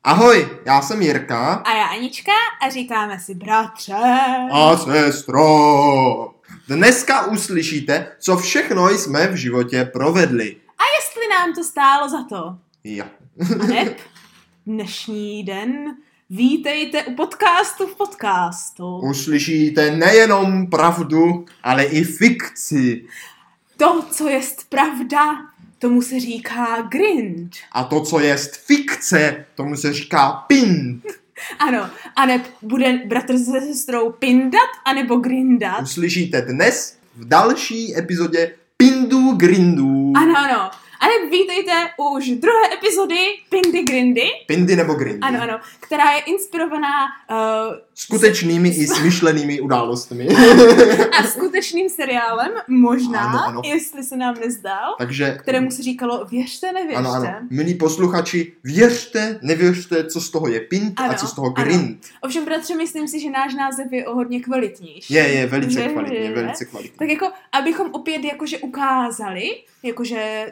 Ahoj, já jsem Jirka. A já Anička a říkáme si bratře. A sestro. Dneska uslyšíte, co všechno jsme v životě provedli. A jestli nám to stálo za to. Jo. A neb, dnešní den vítejte u podcastu v podcastu. Uslyšíte nejenom pravdu, ale i fikci. To, co jest pravda, tomu se říká grind. A to, co jest fikce, tomu se říká pint. Ano, a neb bude bratr se sestrou pindat, anebo grindat. Uslyšíte dnes v další epizodě Pindu Grindu. Ano. A neb vítejte už druhé epizody Pindy Grindy. Pindy nebo Grindy. Ano, která je inspirovaná skutečnými i smyšlenými událostmi. A skutečným seriálem, možná, ano. jestli se nám nezdál, Takže, kterému se říkalo věřte, nevěřte. Ano. Milí posluchači, věřte, nevěřte, co z toho je pint a co z toho grind. Ano. Ovšem, bratře, myslím si, že náš název je o hodně kvalitnější. Je velice kvalitní. Tak jako, abychom opět jakože ukázali, jakože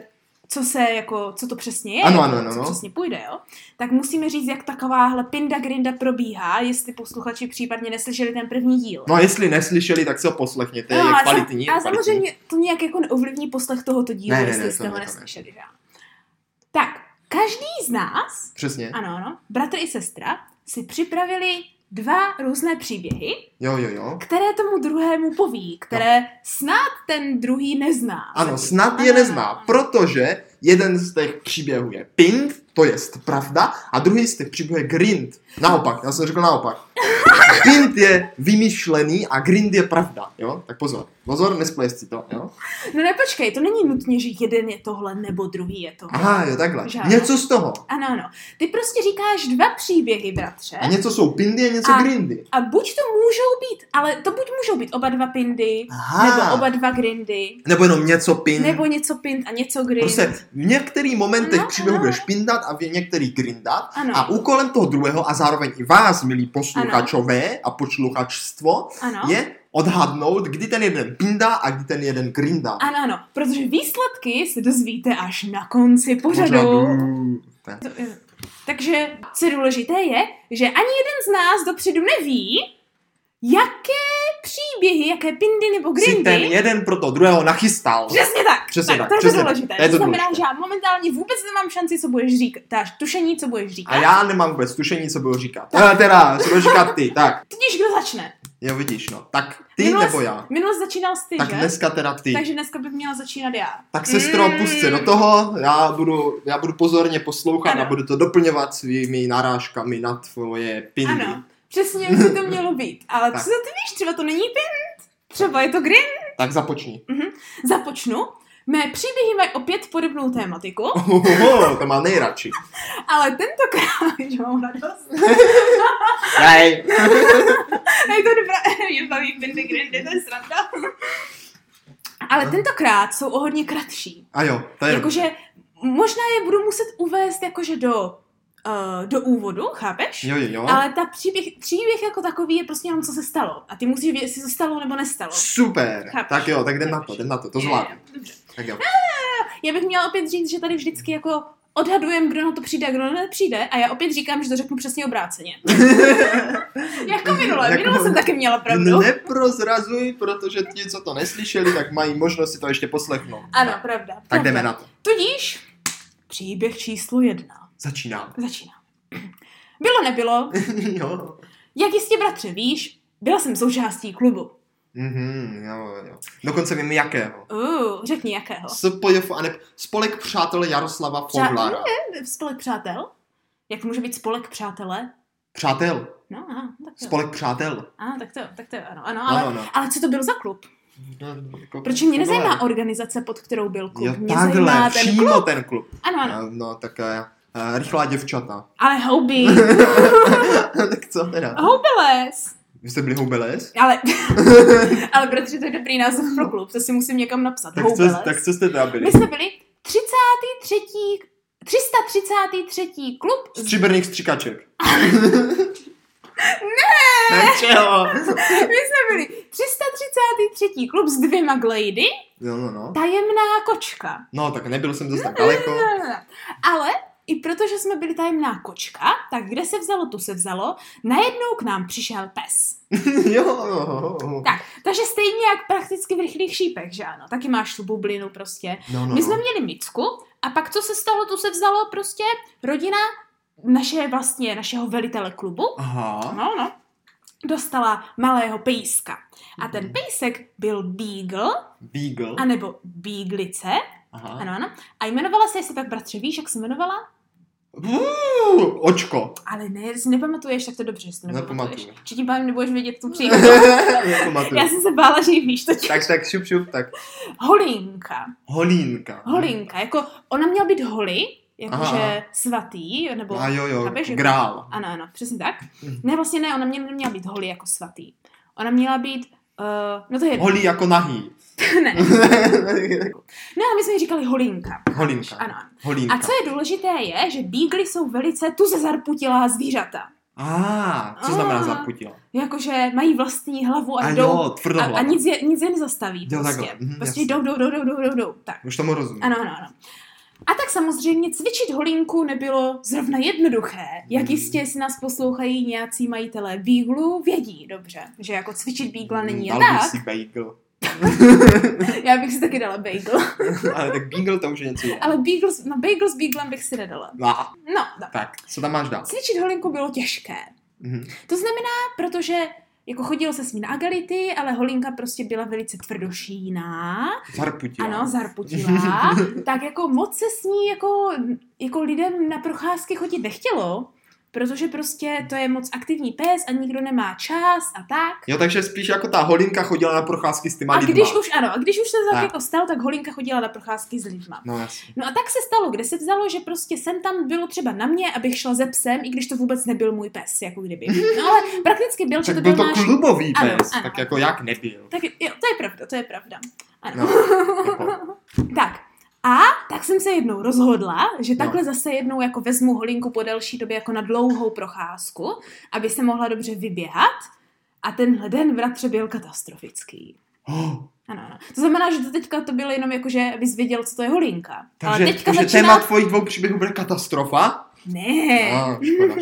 co to přesně je, co přesně půjde, jo? Tak musíme říct, jak takováhle pinda grinda probíhá, jestli posluchači případně neslyšeli ten první díl. No a jestli neslyšeli, tak se ho poslechněte, je kvalitní. A samozřejmě to nějak jako neovlivní poslech tohoto dílu, jestli jste ho neslyšeli. Že? Tak, každý z nás, přesně. Ano, bratr i sestra, si připravili 2 různé příběhy, jo. které tomu druhému poví, které snad ten druhý nezná. Ano, snad je nezná, protože jeden z těch příběhů je pint, to jest pravda, a druhý z těch příběhů je grind. Naopak, já jsem řekl naopak. Pint je vymyšlený a grind je pravda, jo? Tak pozor, nesplést si to, jo? No nepočkej, to není nutně, že jeden je tohle, nebo druhý je tohle. Aha, jo, takhle. Něco z toho. Ano. Ty prostě říkáš 2 příběhy, bratře. A něco jsou pindy a něco grindy. A buď to můžou být, ale to buď můžou být oba 2 pindy, nebo oba 2 grindy. Nebo jenom něco pint. Nebo něco pint a něco grind. Prostě v některých momentech příběhu budeš pindat a v některých grindat. Ano. A úkolem toho druhého a zároveň i vás, milí posluchačové a posluchačstvo, je odhadnout, kdy ten jeden pindá a kdy ten jeden grindá. Ano, protože výsledky se dozvíte až na konci pořadu. Takže co důležité je, že ani jeden z nás dopředu neví, jaké příběhy, jaké pindy nebo grindy si ten jeden pro to druhého nachystal. Přesně tak. To je to důležité. To znamená, že já momentálně vůbec nemám šanci, co budeš říkat. Tušení, co budeš říkat. A já nemám vůbec tušení, co budu říkat. Co budeš říkat ty, tak. Tudíž kdo začne? Jo, vidíš, no. Tak ty nebo já? Minule začínal ty, tak že? dneska teda ty. Takže dneska bych měla začínat já. Tak sestro, pust se do toho, já budu pozorně poslouchat a budu to doplňovat svými narážkami na tvoje pindy. Ano, přesně by to mělo být. Ale co ty víš, třeba to není pint, třeba je to grind. Tak započni. Započnu. Mé příběhy mají opět podobnou tématiku. To má nejradši. Ale tentokrát, že mám radost. Hej. Hej, to je baví pindy grindy, to je sranda. Ale tentokrát jsou o hodně kratší. A jo, to je... Jakože možná je budu muset uvést jakože do úvodu, chápeš? Jo. Ale ta příběh jako takový je prostě jenom, co se stalo. A ty musíš vědět, jestli se stalo nebo nestalo. Super. Chápeš? Tak jo, tak jdem na to, to zvládnu. Dobře. Tak jo. Já bych měla opět říct, že tady vždycky jako odhadujem, kdo na to přijde a kdo nepřijde, a já opět říkám, že to řeknu přesně obráceně. Jako minule jsem taky měla pravdu. Neprozrazuj, protože ti, co to neslyšeli, tak mají možnost si to ještě poslechnout. Ano, pravda. Tak jdeme na to. Tudíž příběh číslo 1. Začínám. Bylo nebylo. Jo. Jak jistě, bratře, víš, byla jsem součástí klubu. Jo. Dokonce vím jakého. Řekni jakého. Spolek přátel Jaroslava Foglara. Spolek přátel? Jak může být spolek přátele? Přátel. No, aha, tak to. Spolek přátel. Tak to, ano. Ale co to byl za klub? Proč mě nezajímá organizace, pod kterou byl klub? Jo, mě takhle, přímo ten klub. Ano. No, tak rychlá děvčata. Ale houby. Tak co teda? Houbeles. Vy jste byli houbeles? Ale protože to je dobrý název pro klub, to si musím někam napsat. Tak co jste teda byli? My jsme byli 333. klub. Stříbrných stříkaček. Ne! Čeho? My jsme byli 333. klub s 2 glejdy. No. Tajemná kočka. No, tak nebyl jsem zase tak daleko. Ale i protože jsme byli tajemná kočka, tak kde se vzalo, tu se vzalo, najednou k nám přišel pes. Jo. Tak, takže stejně jak prakticky v Rychlých šípech, že ano, taky máš tu bublinu prostě. No. My jsme měli Micku a pak co se stalo, tu se vzalo prostě rodina našeho velitele klubu. Aha. No. Dostala malého pejska. A ten pejsek byl Beagle. Anebo Beaglice. Aha. Ano. A jmenovala se, jestli tak bratře víš, jak se jmenovala? Očko. Ale ne, jestli nepamatuješ, tak to dobře, jestli nepamatuješ. Či tím pádem nebudeš vědět tu příhodu. Já jsem se bála, že ji víš totiž. Tak šup, tak. Holínka, jako ona měla být holy, jakože svatý, nebo... Jo, grál. Ano, přesně tak. Ne, vlastně ne, ona neměla být holy jako svatý. Ona měla být, no to je... Holí jako nahý. Ne. No a my jsme jí říkali holínka. Ano. Holínka. A co je důležité je, že beagly jsou velice tuze zarputilá zvířata. Co znamená zarputilá? Jakože mají vlastní hlavu a jdou a nic je nezastaví. Prostě jdou. Tak. Už tomu rozumím. Ano. A tak samozřejmě cvičit holinku nebylo zrovna jednoduché. Jak jistě si nás poslouchají nějací majitelé beaglů, vědí dobře, že jako cvičit beagla není jen tak. Dal bych si bagel. Já bych si taky dala bagel. Ale tak beagle to už je něco. Ale bagel s beaglem bych si nedala. No. Tak, co tam máš dál? Cvičit holinku bylo těžké. To znamená, protože jako chodilo se s ní na agality, ale holinka prostě byla velice tvrdošíjná. Zarputilá. Tak jako moc se s ní jako lidem na procházky chodit nechtělo, protože prostě to je moc aktivní pes a nikdo nemá čas a tak. Jo, takže spíš jako ta holinka chodila na procházky s těma lidma. A když už se tak jako stalo, tak holinka chodila na procházky s lidma. No jasně. No a tak se stalo, kde se vzalo, že prostě sem tam bylo třeba na mě, abych šla ze psem, i když to vůbec nebyl můj pes, jako kdyby. No ale prakticky byl, že to byl náš... klubový pes, ano. Tak jako jak nebyl. Tak jo, to je pravda. Ano. No, jako. Tak. A tak jsem se jednou rozhodla, že takhle zase jednou jako vezmu holinku po delší době jako na dlouhou procházku, aby se mohla dobře vyběhat. A tenhle den, bratře, byl katastrofický. Ano. To znamená, že to teďka to bylo jenom jako, že abys věděl, co to je holinka. Takže téma tvojich 2 příběhů bude katastrofa? Ne. Škoda.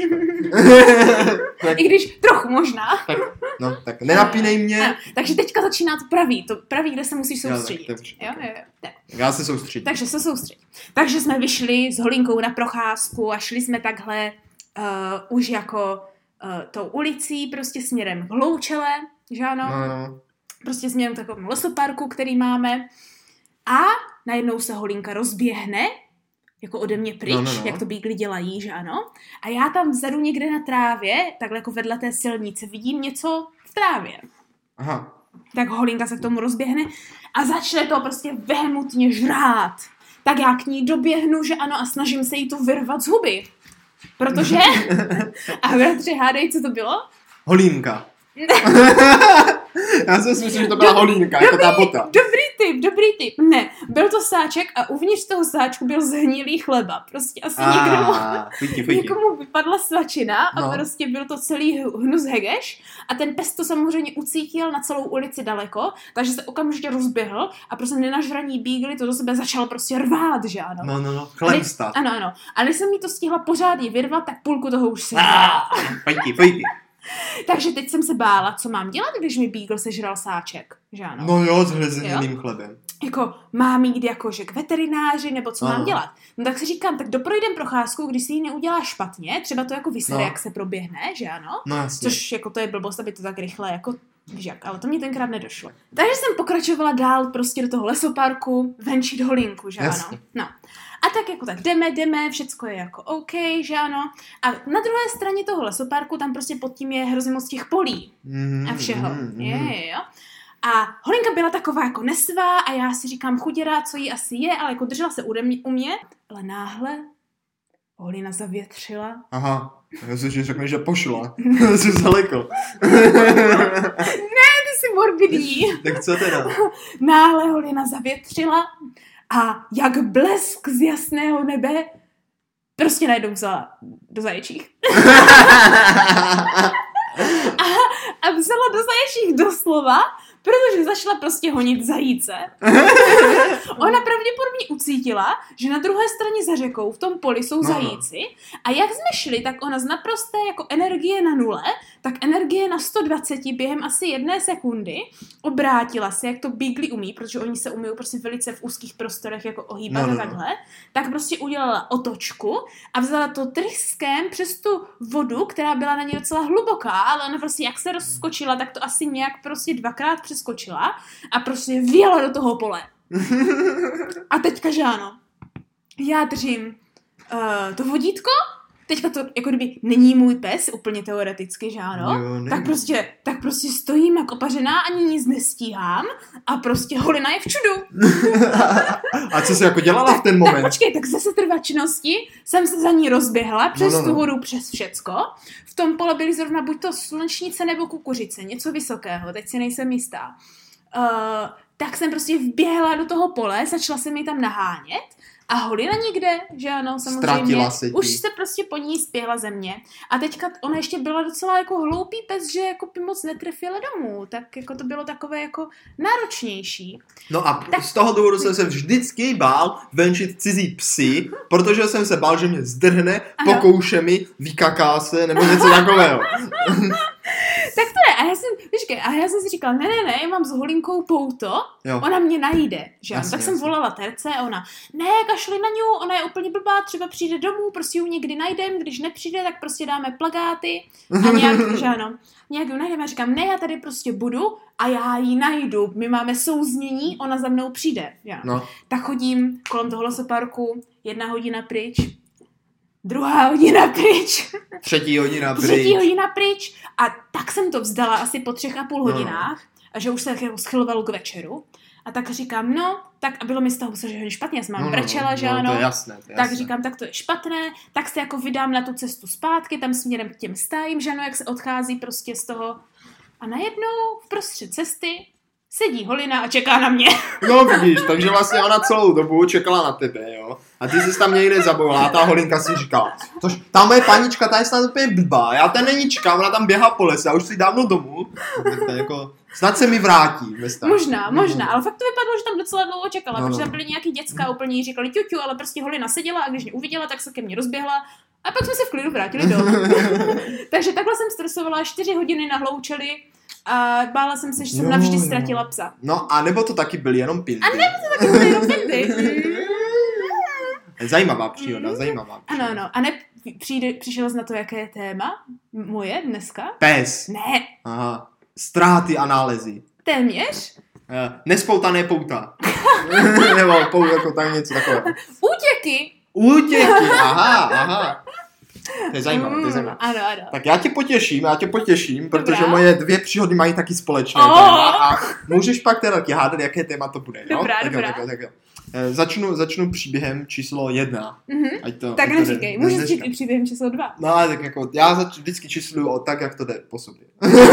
I když trochu možná. Tak nenapínej mě. Takže teďka začíná to pravý, kde se musíš soustředit. Jo. Tak. Já se soustředím. Takže se soustředím. Takže jsme vyšli s holinkou na procházku a šli jsme takhle už jako tou ulicí prostě směrem k Hloučele, že ano? No. Prostě směrem k takovému lesoparku, který máme. A najednou se holinka rozběhne jako ode mě pryč, jak to beagly dělají, že ano. A já tam vzadu někde na trávě, takhle jako vedle té silnice, vidím něco v trávě. Aha. Tak holinka se k tomu rozběhne a začne to prostě vehemutně žrát. Tak já k ní doběhnu, že ano, a snažím se jí to vyrvat z huby. Protože... A bratře, hádej, co to bylo? Holínka. Já si myslím, že to byla holínka, jako ta bota. Dobrý tip. Ne, byl to sáček a uvnitř toho sáčku byl zhnilý chleba. Prostě asi někomu vypadla svačina a prostě byl to celý hnus hegeš a ten pes to samozřejmě ucítil na celou ulici daleko, takže se okamžitě rozběhl a prostě nenažraní beagly to do sebe začal prostě rvát, že ano. No, chlemstat. Ano. A když jsem jí to stihla pořádně vyrvat, tak půlku toho už se Pojď. Takže teď jsem se bála, co mám dělat, když mi beagle sežral sáček, že ano? No jo, s hlezenilým chlebem. Jako, mám jít jakože k veterináři, nebo co mám dělat? No tak si říkám, tak doprojdem procházku, když si ji neudělá špatně, třeba to jako vysere, jak se proběhne, že ano? No jasně. Což jako to je blbost, aby to tak rychle jako žak, ale to mě tenkrát nedošlo. Takže jsem pokračovala dál prostě do toho lesoparku, venčit holinku, že ano? No. A tak jako tak jdeme, všecko je jako OK, že ano. A na druhé straně toho lesoparku, tam prostě pod tím je hrozně moc těch polí a všeho. Jo. A holinka byla taková jako nesvá a já si říkám chuděrá, co jí asi je, ale jako držela se u mě. Ale náhle holina zavětřila. Aha, já si řekne, že pošla. Jsi daleko. Ne, ty jsi morbidní. Tak co teda? Náhle holina zavětřila a jak blesk z jasného nebe prostě najednou vzala do zaječích. A vzala do zaječích doslova, protože začala prostě honit zajíce. Ona pravděpodobně ucítila, že na druhé straně za řekou v tom poli jsou zajíci a jak jsme šli, tak ona z naprosté jako energie na 0, tak energie na 120 během asi 1 sekundy obrátila se, jak to beagly umí, protože oni se umí prostě velice v úzkých prostorech jako ohýbat a takhle, tak prostě udělala otočku a vzala to tryskem přes tu vodu, která byla na ní docela hluboká, ale ona prostě jak se rozskočila, tak to asi nějak prostě 2krát přeskočila a prostě vjela do toho pole. A teďka, že ano, já držím to vodítko, teďka to jako kdyby není můj pes, úplně teoreticky, že ano, tak prostě stojím jako opařená, ani nic nestíhám a prostě holina je v čudu. A co jsi jako dělala v ten moment? Tak počkej, tak ze setrvačnosti jsem se za ní rozběhla přes tu vodu, přes všecko. V tom pole byly zrovna buď to slunečnice nebo kukuřice, něco vysokého, teď si nejsem jistá. Tak jsem prostě vběhla do toho pole, začala jsem ji tam nahánět a holina nikde, že ano, samozřejmě. Už se prostě po ní spěhla ze mě. A teďka ona ještě byla docela jako hloupý pes, že jako by moc netrefila domů, tak jako to bylo takové jako náročnější. No a z toho důvodu jsem se vždycky bál venčit cizí psy, protože jsem se bál, že mě zdrhne, pokouše mi, vykaká se nebo něco takového. Tak to ne, a já jsem si říkala, ne, já mám s holinkou pouto, ona mě najde, že jasně, tak jsem volala terce a ona, ne, kašli na ňu, ona je úplně blbá, třeba přijde domů, prostě ji někdy najdem, když nepřijde, tak prostě dáme plakáty a nějak, že ano, nějak ji najdeme a říkám, ne, já tady prostě budu a já ji najdu, my máme souznění, ona za mnou přijde, že ano. No. Tak chodím kolem toho lesoparku, 1 hodina pryč, 2 hodina pryč. 3 hodina pryč. 3 hodina pryč. A tak jsem to vzdala asi po 3,5 hodinách. A že už se jako schylovalo k večeru. A tak říkám, tak a bylo mi z toho že špatně, já jsem mám brečela, že ano. To je jasné. Tak říkám, tak to je špatné, tak se jako vydám na tu cestu zpátky, tam směrem k těm stájím, že ano, jak se odchází prostě z toho. A najednou v prostřed cesty sedí holina a čeká na mě. No vidíš, takže vlastně ona celou dobu čekala na tebe, jo. A ty jsi tam někde zabojila a ta holinka si říkala, ta moje panička, ta je snad úplně blbá, já ten není čekám, ona tam běhá po lese a už si dávno domů. Tak jako, snad se mi vrátí. Možná, ale fakt to vypadlo, že tam docela dlouho čekala, protože tam byly nějaký děcka úplně jí říkali ťuťu, ale prostě holina seděla a když mě uviděla, tak se ke mně rozběhla. A pak jsme se v klidu vrátili domů. Takže takhle jsem stresovala 4 hodiny na hloučeli a bála jsem se, že jsem navždy ztratila psa. No a nebo to taky byly jenom pindy. Zajímavá příhoda, zajímavá příhoda. Ano, a ne přišel jsi na to, jaké je téma moje dneska? Pes. Ne. Aha. Ztráty a nálezy. Téměř? Nespoutané pouta. Nebo jako tak něco takového. Útěky, aha. To je zajímavé, Ano. Tak já tě potěším, protože moje 2 příhody mají taky společné téma a můžeš pak teda taky hádat, jaké téma to bude, jo? Dobrá. Tak jo. Začnu příběhem číslo 1. Tak neříkej, můžeš říct i příběhem číslo 2. No, tak jako, já vždycky čísluju tak, jak to jde po sobě.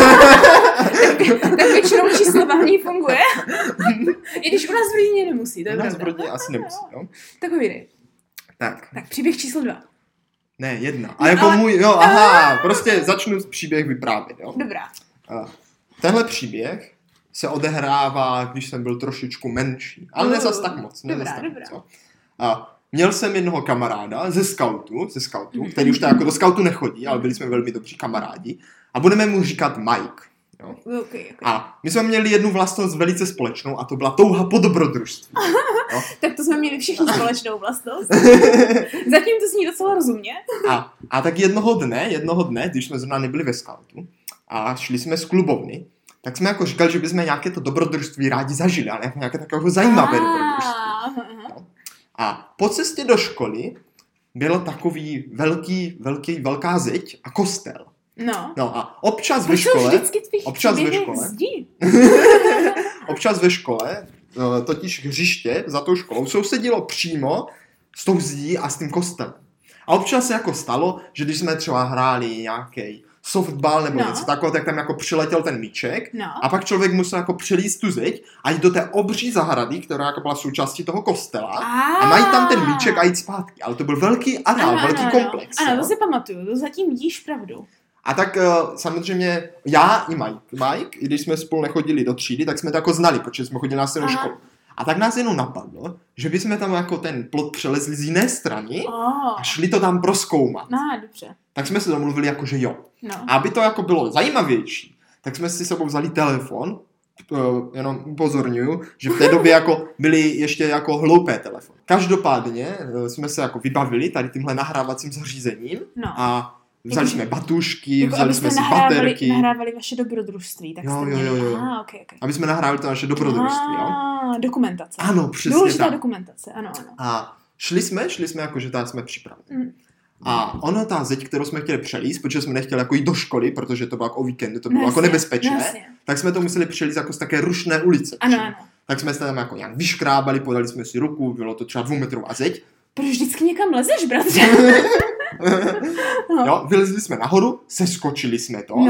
tak většinou číslování funguje. I když u nás v rodině nemusí, to je pravda. U nás v rodině asi nemusí, jo? Tak povídej. Tak příběh číslo 2. Ne, 1. A jako prostě začnu příběh vyprávět, jo? Dobrá. Tenhle příběh se odehrává, když jsem byl trošičku menší, ale ne zas tak moc. Dobrá. Měl jsem jednoho kamaráda ze skautu, který už tak jako do skautu nechodí, ale byli jsme velmi dobří kamarádi a budeme mu říkat Mike. Jo? Okay. A my jsme měli jednu vlastnost velice společnou a to byla touha po dobrodružství. Tak to jsme měli všichni společnou vlastnost. Zatím to zní docela rozumně. A tak jednoho dne, když jsme zrovna nebyli ve skautu a šli jsme z klubovny, tak jsme jako říkali, že bychom nějaké to dobrodružství rádi zažili, ale nějaké takového zajímavé dobrodružství. No. A po cestě do školy bylo takový velká zeď a kostel. No a občas ve škole, totiž hřiště za tou školou sousedilo přímo s tou zdí a s tím kostelem. A občas se jako stalo, že když jsme třeba hráli nějaký softball nebo něco takového, tak tam jako přiletěl ten míček a pak člověk musel jako přelízt tu zeď a jít do té obří zahrady, která jako byla součástí toho kostela a najít tam ten míček a jít zpátky. Ale to byl velký areál, velký komplex. Ano, to si pamatuju, to zatím vidíš pravdu. A tak samozřejmě já i Mike, i když jsme spolu nechodili do třídy, tak jsme to jako znali, protože jsme chodili na stejnou školu. A tak nás jenom napadlo, že bychom tam jako ten plot přelezli z jiné strany a šli to tam prozkoumat. No, dobře. Tak jsme se domluvili jako, že jo. No. A aby to jako bylo zajímavější, tak jsme si sebou vzali telefon, jenom upozorňuju, že v té době jako byly ještě jako hloupé telefony. Každopádně jsme se jako vybavili tady tímhle nahrávacím zařízením a vzali jsme batušky, jako vzali jsme si baterky. Nahrávali vaše dobrodružství, tak jste měli. Jo. Okay. Aby jsme nahrávali to naše dobrodružství, jo. Dokumentace. Ano, přesně důležitá tak. Dokumentace, ano. A šli jsme jako, že tady jsme připraveni. A ono, ta zeď, kterou jsme chtěli přelíst, protože jsme nechtěli jako jít do školy, protože to bylo jako o víkendu, to bylo jako nebezpečné, tak jsme to museli přelíst jako z také rušné ulice. Ano. Tak jsme se tam jako nějak vyškrábali, podali jsme si ruku, bylo to třeba 2metrová zeď. Proč vždycky někam lezeš, bratře? Jo, vylezli jsme nahoru, seskočili jsme to.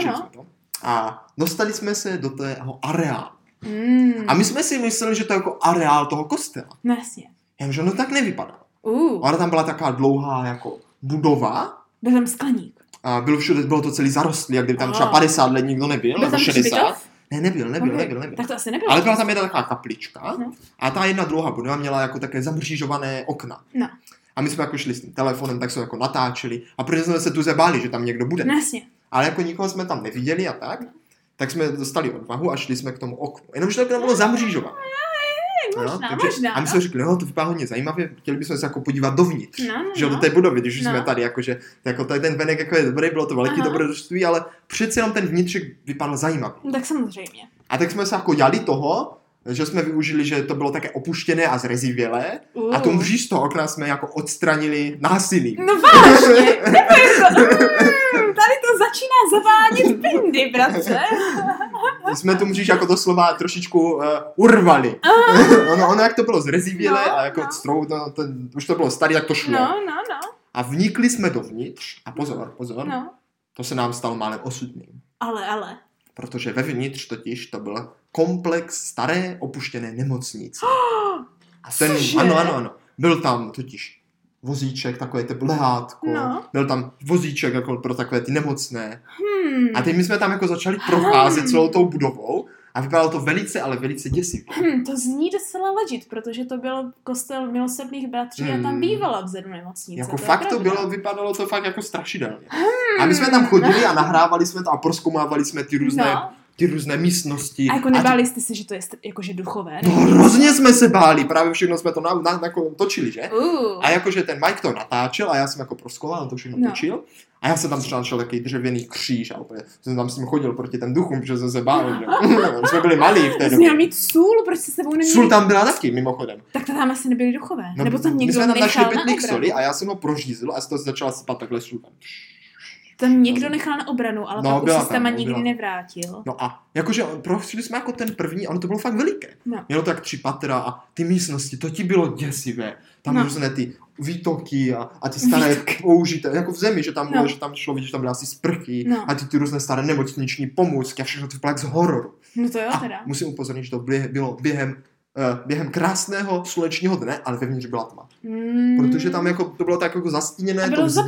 A dostali jsme se do tého areálu. A my jsme si mysleli, že to je jako areál toho kostela. No jasně. Jenže ono tak nevypadalo. Ona tam byla taková dlouhá jako budova. Byl tam skleník. A bylo to celý zarostlý, jak kdyby tam třeba 50 let nikdo nebyl, nebo 60. Ne, nebyl. Tak to asi nebyl. Ale byla tam jedna taková kaplička a ta jedna druhá budova měla jako také zamřížované okna. No. A my jsme jako šli s tím telefonem, tak jsme jako natáčeli a protože jsme se tu zabáli, že tam někdo bude. Jasně. Ale jako nikoho jsme tam neviděli a tak jsme dostali odvahu a šli jsme k tomu oknu. Jenomže to bylo zamřížované. Možná. A my jsme řekli, to vypadá hodně zajímavě, chtěli bychom se jako podívat dovnitř, že do té budovy, když jsme tady, jakože jako ten venek jako je dobrý, bylo to veliký dobrodružství, ale přece jenom ten vnitřek vypadal zajímavě. Tak samozřejmě. A tak jsme se jako jali toho, že jsme využili, že to bylo také opuštěné a zrezivělé a tu mříž z toho okna jsme jako odstranili násilím. No vážně, tady to začíná zavánět pindy, bratře. Jsme tu mříž jako doslova trošičku urvali. Ono jak to bylo zrezivělé a jako už to bylo staré, tak to šlo. No. A vnikli jsme dovnitř a pozor, to se nám stalo málem osudným. Ale. Protože vevnitř totiž to byl komplex staré opuštěné nemocnice. A ten, ano. Byl tam totiž vozíček, takové ty lehátko, byl tam vozíček jako pro takové ty nemocné. A teď my jsme tam jako začali procházet celou tou budovou a vypadalo to velice, ale velice děsivě. To zní docela legit, protože to byl kostel milosrdných bratří a tam bývala vzadu nemocnice. Jako fakt to bylo, vypadalo to fakt jako strašidelně. A my jsme tam chodili a nahrávali jsme to a prozkoumávali jsme ty různé místnosti. A jako nebáli jste se, že to je jakože duchové? No hrozně jsme se báli, právě všechno jsme to jako točili, že? A jakože ten Mike to natáčel a já jsem jako prozkoumal, to všechno točil. A já jsem tam třeba našel takový dřevěný kříž a úplně jsem tam s tím chodil proti těm duchům, protože jsem se bál, že jsme byli malí v té době. Měl mít sůl, proč jste sebou neměli? Sůl tam byla taky, mimochodem. Tak to tam asi nebyli duchové, nebo tam někdo nechal na obranu. My jsme tam našli pytlík soli a já jsem ho prořízl a z toho se začala sypat takhle sůl. Tam někdo nechal na obranu, ale pak už se tam nikdy nevrátil. No a jakože prošli jsme jako ten první, ono to bylo fakt veliké. Mělo to jak 3 patra a ty místnosti, to ti bylo děsivé. Tam různé ty výtoky a ty staré použité, jako v zemi, že tam bylo, že tam šlo vidět, že tam byly asi sprchy a ty různé staré nemocniční pomůcky a všechno to vypadalo jak z hororu. No to jo teda. A musím upozornit, že to bylo během krásného slunečního dne, ale vevnitř byla tma. Protože tam jako, to bylo tak jako zastíněné,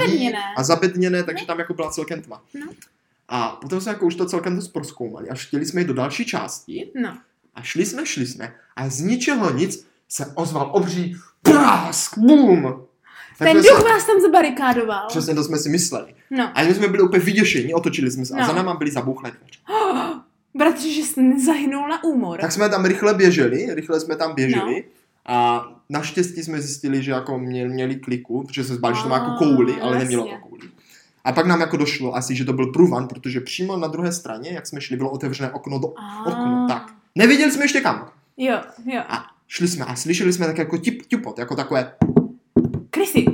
a zabedněné, takže tam jako byla celkem tma. A potom jsme jako už to celkem dost prozkoumali a chtěli jsme jít do další části a šli jsme a z ničeho nic se ozval obří prásk, bum! Ten duch vás tam zabarikádoval. Přesně to jsme si mysleli. A my jsme byli úplně vyděšení, otočili jsme se a za náma byli zabouchlé dveře. Bratře, že jsi nezahynul na úmor. Tak jsme tam rychle jsme tam běželi a naštěstí jsme zjistili, že jako měli kliku, protože se zbáli, že to má jako kouli, ale nemělo to kouli. A pak nám jako došlo asi, že to byl průvan, protože přímo na druhé straně, jak jsme šli, bylo otevřené okno do okno. Tak. Neviděli jsme ještě kam. Jo. A šli jsme a slyšeli jsme tak jako tipot, jako takové krysy.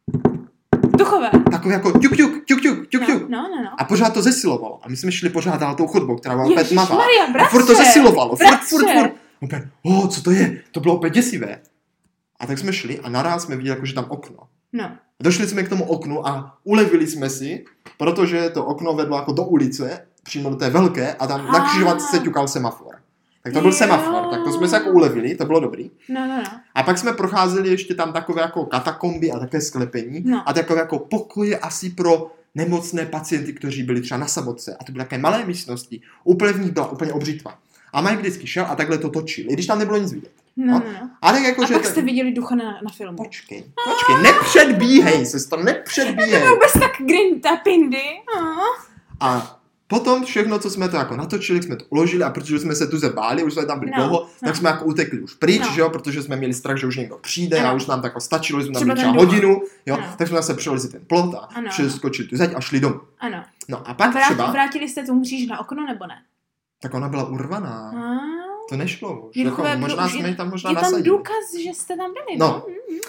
Duchové. Takové jako tuk. No. A pořád to zesilovalo. A my jsme šli pořád dál tou chodbou, která byla opět tmavá. A furt to zesilovalo. Furt. Opět, co to je? To bylo opět děsivé. A tak jsme šli a naraz jsme viděli, jako, že tam okno. Došli jsme k tomu oknu a ulevili jsme si, protože to okno vedlo jako do ulice, přímo do té velké a tam na křižovatce se ťukal semafor. Tak to byl semafor, tak to jsme se jako ulevili, to bylo dobrý. No. A pak jsme procházeli ještě tam takové jako katakomby a také sklepení a takové jako pokoje asi pro nemocné pacienty, kteří byli třeba na samotce a to byly také malé místnosti, úplně v nich byla úplně obřitva. A Mike vždycky šel a takhle to točil, i když tam nebylo nic vidět. No. A, tak jako, a pak jste viděli ducha na filmu. Počkej, nepředbíhej, sestro, nepředbíhej. To vůbec tak Grinta, Pindy. A potom všechno, co jsme to jako natočili, jsme to uložili a protože jsme se tu báli, už jsme tam byli dlouho, tak jsme jako utekli už pryč, že jo, protože jsme měli strach, že už někdo přijde a už nám tak stačilo, že jsme tam byli třeba hodinu, jo, tak jsme zase přelezli ten plot a skočili tu zeď a šli domů. Ano. No a pak třeba... Vrátili jste tu mříž na okno, nebo ne? Tak ona byla urvaná. To nešlo už. Jako, možná jsme ji tam nasadili. Je tam důkaz, že jste tam byli, no.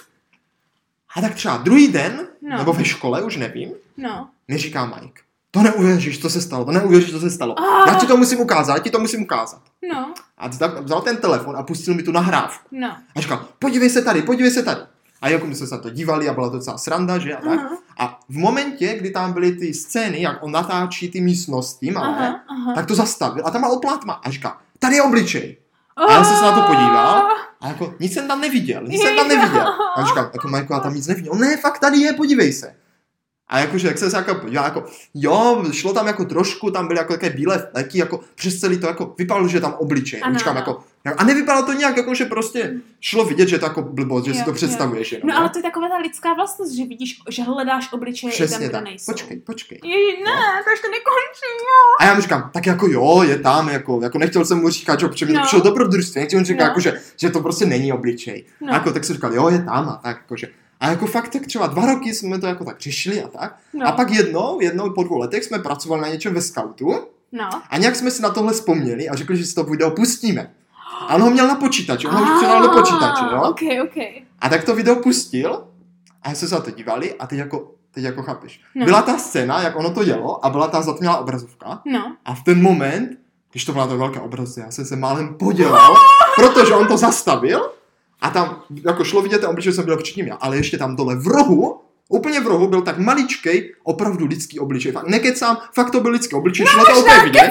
A tak třeba druhý den, nebo ve škole, už nevím, mi říká Mike. To neuvěříš, co se stalo. Já ti to musím ukázat. No. A vzal ten telefon a pustil mi tu nahrávku. No. A říkal, podívej se tady. A jako my jsme se na to dívali a byla to docela sranda, že? A tak. A v momentě, kdy tam byly ty scény, jak on natáčí ty místnosti malé, tak to zastavil a tam mal plátma a říká, tady je obličej. A já jsem se na to podíval a jako nic jsem tam neviděl. A říkám, jako Majko, já tam nic neviděl. Ne, fakt tady je, podívej se. A jakože, jak jsem se jako podíval, jako, jo, šlo tam jako trošku, tam byly jako také bílé fleky, jako přes celý to, jako vypadalo, že je tam obličej. Říkám, jako, a nevypadalo to nějak, jako, že prostě šlo vidět, že je to jako blbost, že si to představuješ jenom. No ale to je taková ta lidská vlastnost, že vidíš, že hledáš obličeje i tam, kde nejsou. Počkej. Ježi, ne, to ještě nekončí, jo. A já mu říkám, tak jako jo, je tam, jako nechtěl jsem mu říkat, že protože mi to přišlo dobrodružství, nechtěl mu říkat, jako, že to prostě není obličej. A jako, tak jsem říkal, jo, je tam a tak, jakože. A jako fakt tak třeba 2 roky jsme to jako tak řešili a tak. A pak jednou po 2 letech jsme pracovali na něčem ve skautu. A nějak jsme si na tohle vzpomněli a řekli, že si to video pustíme. A on ho měl na počítači, on ho už předal do počítače, jo? Okay. A tak to video pustil a jsme se na to dívali a teď jako chápeš. Byla ta scéna, jak ono to jelo a byla ta zatmělá obrazovka. A v ten moment, když to byla ta velká obrazovka, já jsem se málem podělal, protože on to zastavil. A tam jako šlo vidět, obličej jsem byl předtím já, ale ještě tam dole v rohu, úplně v rohu byl tak maličkej, opravdu lidský obličej. Fakt nekecám, fakt to byl lidský obličej, šlo to úplně vidět.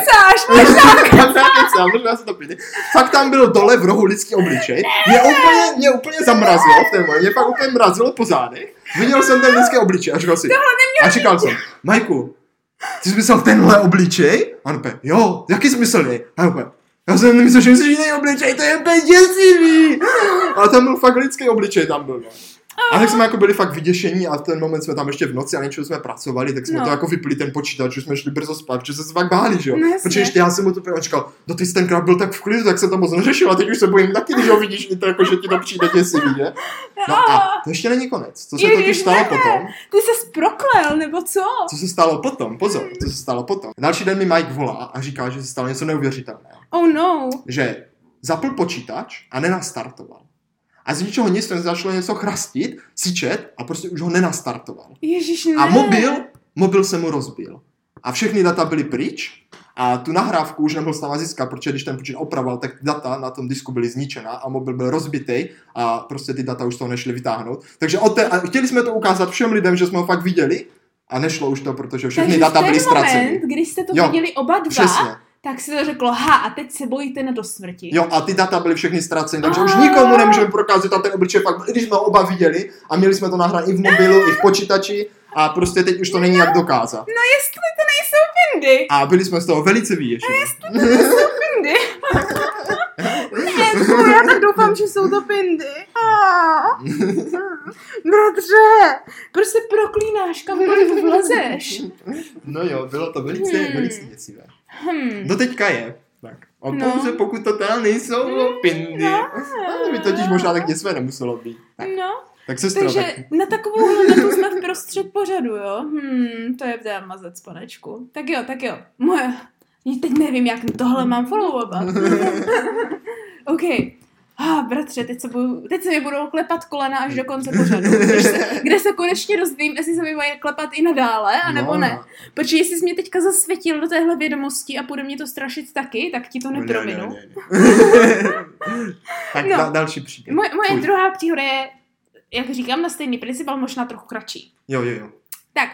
Možná se to píde. Fakt tam byl dole v rohu lidský obličej. Mě úplně zamrazilo v ten moment, mě fakt úplně mrazilo po zádech. Viděl jsem ten lidský obličej a říkal jsem, Majku, ty jsi myslel tenhle obličej? A on úplně, jo, jaký jsi myslel? A on já jsem nemyslel, že myslíš jiný obličej, to je úplně děsivý. A tam byl fakt lidský obličej, tam byl. A tak jsme jako byli fakt vyděšení a v ten moment jsme tam ještě v noci a něčeho jsme pracovali, tak jsme to jako vypli ten počítač, že jsme šli brzo spát, protože se fakt báli, že jo. Protože ještě já jsem mu to říkal, ty jsi tenkrát byl tak v klidu, tak jsem to moc neřešil a teď už se bojím taky, když ho vidíš, i to jako, že ti to přijde děsivý, že? No a to ještě není konec. Co se totiž stalo potom? Ty ses proklel, nebo co? Co se stalo potom? Pozor, co se stalo potom. Další den mi Mike volá a říká, že se stalo něco neuvěřitelného. Oh no. Že zapl počítač a nenastartoval. A z ničeho nic začalo něco chrastit, syčet a prostě už ho nenastartoval. Ježiš, ne. A mobil se mu rozbil. A všechny data byly pryč a tu nahrávku už nemohl s náma získat, protože když ten počítač opravoval, tak data na tom disku byly zničená a mobil byl rozbitý a prostě ty data už z toho nešli vytáhnout. Takže a chtěli jsme to ukázat všem lidem, že jsme ho fakt viděli a nešlo už to, protože všechny data byly ztraceny. Takže když jste to viděli oba dva, přesně. Tak si to řeklo, a teď se bojíte na dosmrti. Jo, a ty data byly všechny ztraceny, takže už nikomu nemůžeme prokázat, a ten obličej fakt, když jsme ho oba viděli a měli jsme to nahrát i v mobilu, i v počítači a prostě teď už to není jak dokázat. No jestli to nejsou Pindy. A byli jsme z toho velice vyděšení. No jestli to nejsou Pindy. Já tak doufám, že jsou to Pindy. Bratře, proč se proklínáš, kamkoliv vlezeš? No jo, bylo to velice děsivé. Do teďka je. Tak. A pouze pokud to teda nejsou Pindy. By totiž možná tak děsivé nemuselo být. Tak. Tak takže na takovou hledatou jsme v prostřed pořadu, jo? To je teda mazec, panečku. Tak jo. Teď nevím, jak tohle mám followovat. OK. Bratře, teď se mi budou klepat kolena až do konce pořadu. Kde se konečně dozvím, jestli se mi mají klepat i nadále, anebo ne. Protože jestli jsi mě teďka zasvětil do téhle vědomosti a bude mě to strašit taky, tak ti to neprominu. Ne. Tak další příběh. Moje druhá příhoda je, jak říkám, na stejný princip, ale možná trochu kratší. Jo. Tak,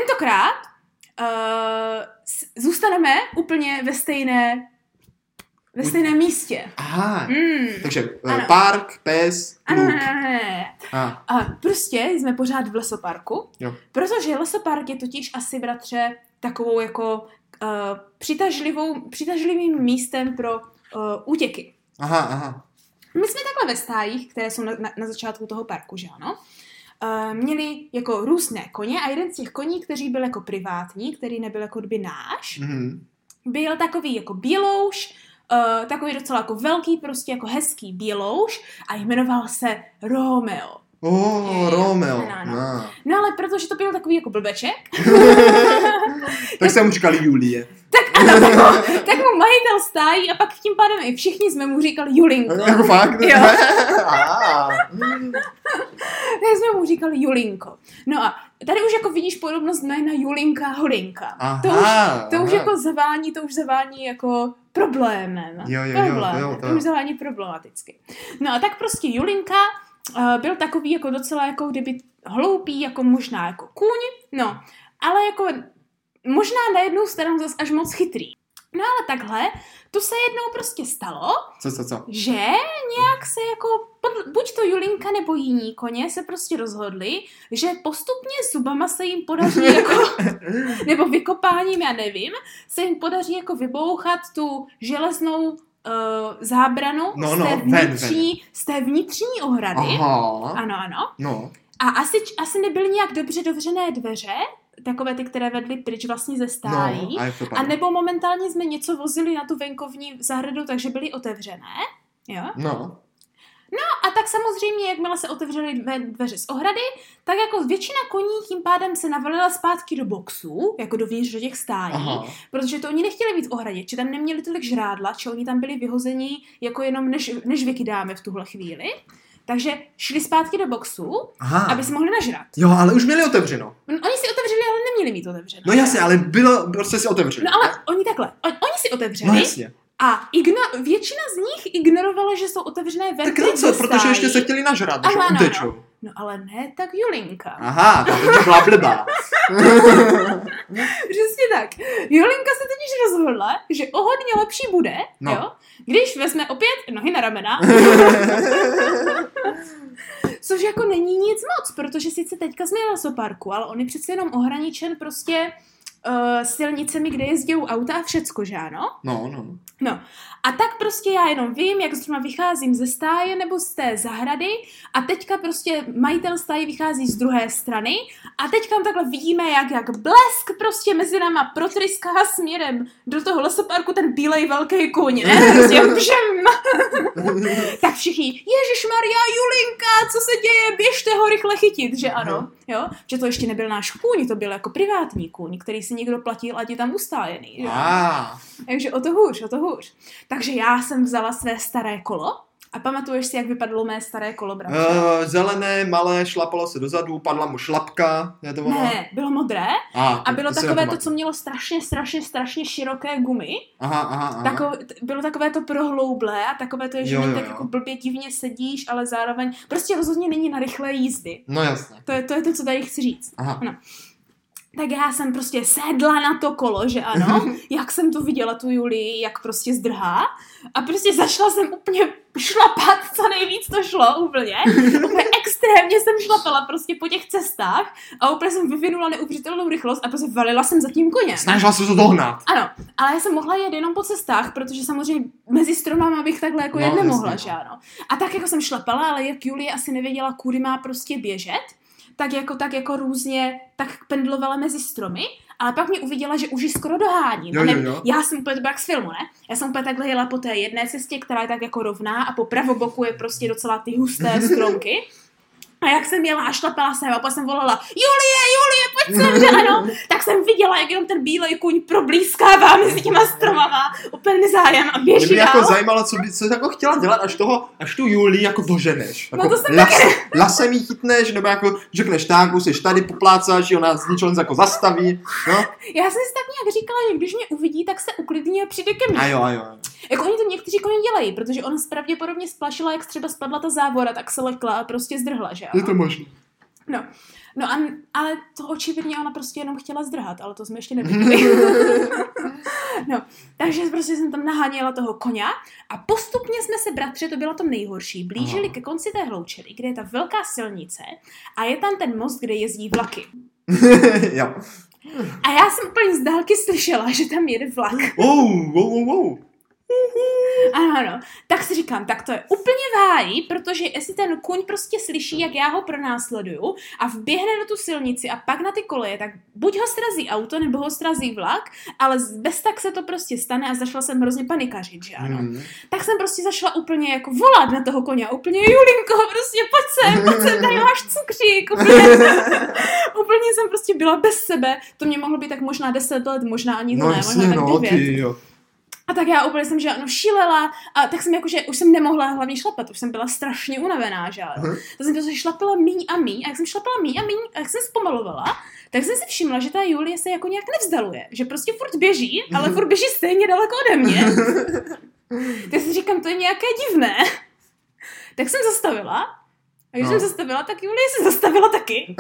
tentokrát zůstaneme úplně ve stejné Ve stejném místě. Aha, takže park, pes, kluk. Ano. A prostě jsme pořád v lesoparku, protože lesopark je totiž asi, bratře, takovou jako přitažlivým místem pro útěky. Aha. My jsme takhle ve stájích, které jsou na začátku toho parku, že ano? Měli jako různé koně a jeden z těch koní, kteří byl jako privátní, který nebyl jako kdyby náš, byl takový jako bělouš, takový docela jako velký, prostě jako hezký bělouš a jmenoval se Romeo. Romeo. No ale protože to byl takový jako blbeček. Tak se mu říkali Julie. Tak mu majitel stájí a pak tím pádem i všichni jsme mu říkali Julinko. Jako fakt? Jo. Tak jsme mu říkali Julinko. No a tady už jako vidíš podobnost jména Julinka a Holinka. To už jako zavání jako problémem. Jo. To už zavání problematicky. No a tak prostě Julinka byl takový jako docela jako kdyby hloupý, jako možná jako kůň, no, ale jako možná na jednu stranu zase až moc chytrý. No ale takhle, to se jednou prostě stalo, Co? Že nějak se jako, buď to Julinka nebo jiní koně se prostě rozhodli, že postupně zubama se jim podaří jako, nebo vykopáním, já nevím, se jim podaří jako vybouchat tu železnou zábranu z té vnitřní ohrady. Aha. Ano. No. A asi nebyly nějak dobře dovřené dveře, takové ty, které vedly pryč vlastně ze stájí. A nebo momentálně jsme něco vozili na tu venkovní zahradu, takže byly otevřené. Jo? No. No a tak samozřejmě, jakmile se otevřely dveře z ohrady, tak jako většina koní tím pádem se navalila zpátky do boxů, jako dovnitř do těch stájí, protože to oni nechtěli být v ohradě, či tam neměli tolik žrádla, či oni tam byli vyhození jako jenom než vykydáme v tuhle chvíli. Takže šli zpátky do boxu, aby se mohli nažrat. Jo, ale už měli otevřeno. Oni si otevřeli, ale neměli mít otevřeno. No jasně, ale bylo prostě si otevřeno. No ale oni takhle, oni si otevřeli. No jasně. A většina z nich ignorovala, že jsou otevřené venky. Tak co, protože ještě se chtěli nažrat, než utečou. No ale ne, tak Julinka. Aha, to byla blbá. Přesně tak. Julinka se totiž rozhodla, že o hodně lepší bude, jo, když vezme opět nohy na ramena. Což jako není nic moc, protože sice teďka jsme na lesoparku, ale on je přece jenom ohraničen prostě silnicemi, kde jezdí auta a všecko, že ano? No. A tak prostě já jenom vím, jak zrovna vycházím ze stáje nebo z té zahrady a teďka prostě majitel stáje vychází z druhé strany a teďka takhle vidíme, jak blesk prostě mezi náma protryská směrem do toho lesoparku ten bílej velký kůň, ne? Prostě tak všichni, Ježišmarja, Julinka, co se děje, běžte ho rychle chytit, že ano? Jo? Že to ještě nebyl náš kůň, to byl jako privátní kůň, který si někdo platil, ať je tam ustájený. Že? Takže o to hůř. Takže já jsem vzala své staré kolo a pamatuješ si, jak vypadalo mé staré kolo, bratře? Zelené, malé, šlapalo se dozadu, padla mu šlapka. Ne, bylo modré a bylo takové to, co mělo strašně široké gumy. Aha. Bylo takové to prohloublé a takové to, že tak jako blbě divně sedíš, ale zároveň prostě rozhodně není na rychlé jízdy. No jasně. To je to, co tady chci říct. Aha. No. Tak já jsem prostě sedla na to kolo, že ano, jak jsem to viděla tu Julii, jak prostě zdrhá a prostě začala jsem úplně šlapat, co nejvíc to šlo úplně extrémně jsem šlapala prostě po těch cestách a úplně jsem vyvinula neuvěřitelnou rychlost a prostě valila jsem za tím koněm. Snažila se to dohnat. Ano, ale já jsem mohla jet jenom po cestách, protože samozřejmě mezi stromama bych takhle jako jet nemohla, že ano. A tak jako jsem šlapala, ale jak Julie asi nevěděla, kudy má prostě běžet, tak jako různě tak pendlovala mezi stromy, ale pak mě uviděla, že už ji skoro dohání. Jo. Já jsem úplně, to bylo jak z filmu, ne? Já jsem úplně takhle jela po té jedné cestě, která je tak jako rovná a po pravoboku je prostě docela ty husté stromky. A jak jsem jela a šlapala jsem a pak jsem volala Julie, pojď sem, že ano. Tak jsem viděla, jak jenom ten bílej kůň problískává mezi těma stromama, úplně nezájem a běží dál. Mě jako zajímalo, co jako chtěla dělat, až tu Julii jako doženeš. Jako to jsem lasem jí chytneš, nebo jako řekneš tak, jsi tady, poplácáš, ona z ničeho jako zastaví. No. Já jsem si tak nějak říkala, že když mě uvidí, tak se uklidní a přijde ke mně. A jo. Jako oni to někteří koně dělají, protože ona se pravděpodobně splašila, jak třeba spadla ta závora, tak se lekla a prostě zdrhla, že ano? Je to možné. No ale to očividně ona prostě jenom chtěla zdrhat, ale to jsme ještě neviděli. No, takže prostě jsem tam naháněla toho koně a postupně jsme se, bratře, to bylo to nejhorší, blížili ke konci té hloučery, kde je ta velká silnice a je tam ten most, kde jezdí vlaky. Jo. A já jsem úplně z dálky slyšela, že tam jede vlak. Ano. Tak si říkám, tak to je úplně v háji, protože jestli ten kuň prostě slyší, jak já ho pronásleduju a vběhne do tu silnici a pak na ty koleje, tak buď ho srazí auto, nebo ho srazí vlak, ale bez tak se to prostě stane a začala jsem hrozně panikařit, že ano. Tak jsem prostě zašla úplně jako volat na toho koně, úplně Julinko, prostě pojď sem, tady máš cukřík, úplně jsem prostě byla bez sebe, to mě mohlo být tak možná 10 let, možná ani to ne, možná tak 9. A tak já úplně jsem, že ano, šílela a tak jsem jakože už jsem nemohla hlavně šlapat, už jsem byla strašně unavená, že ano. Tak jsem prostě šlapala míň a míň a jak jsem šlapala míň a míň a jak jsem zpomalovala, tak jsem si všimla, že ta Julie se jako nějak nevzdaluje, že prostě furt běží, ale furt běží stejně daleko ode mě. Tak si říkám, to je nějaké divné. Tak jsem zastavila. A když jsem zastavila, tak Julie se zastavila taky.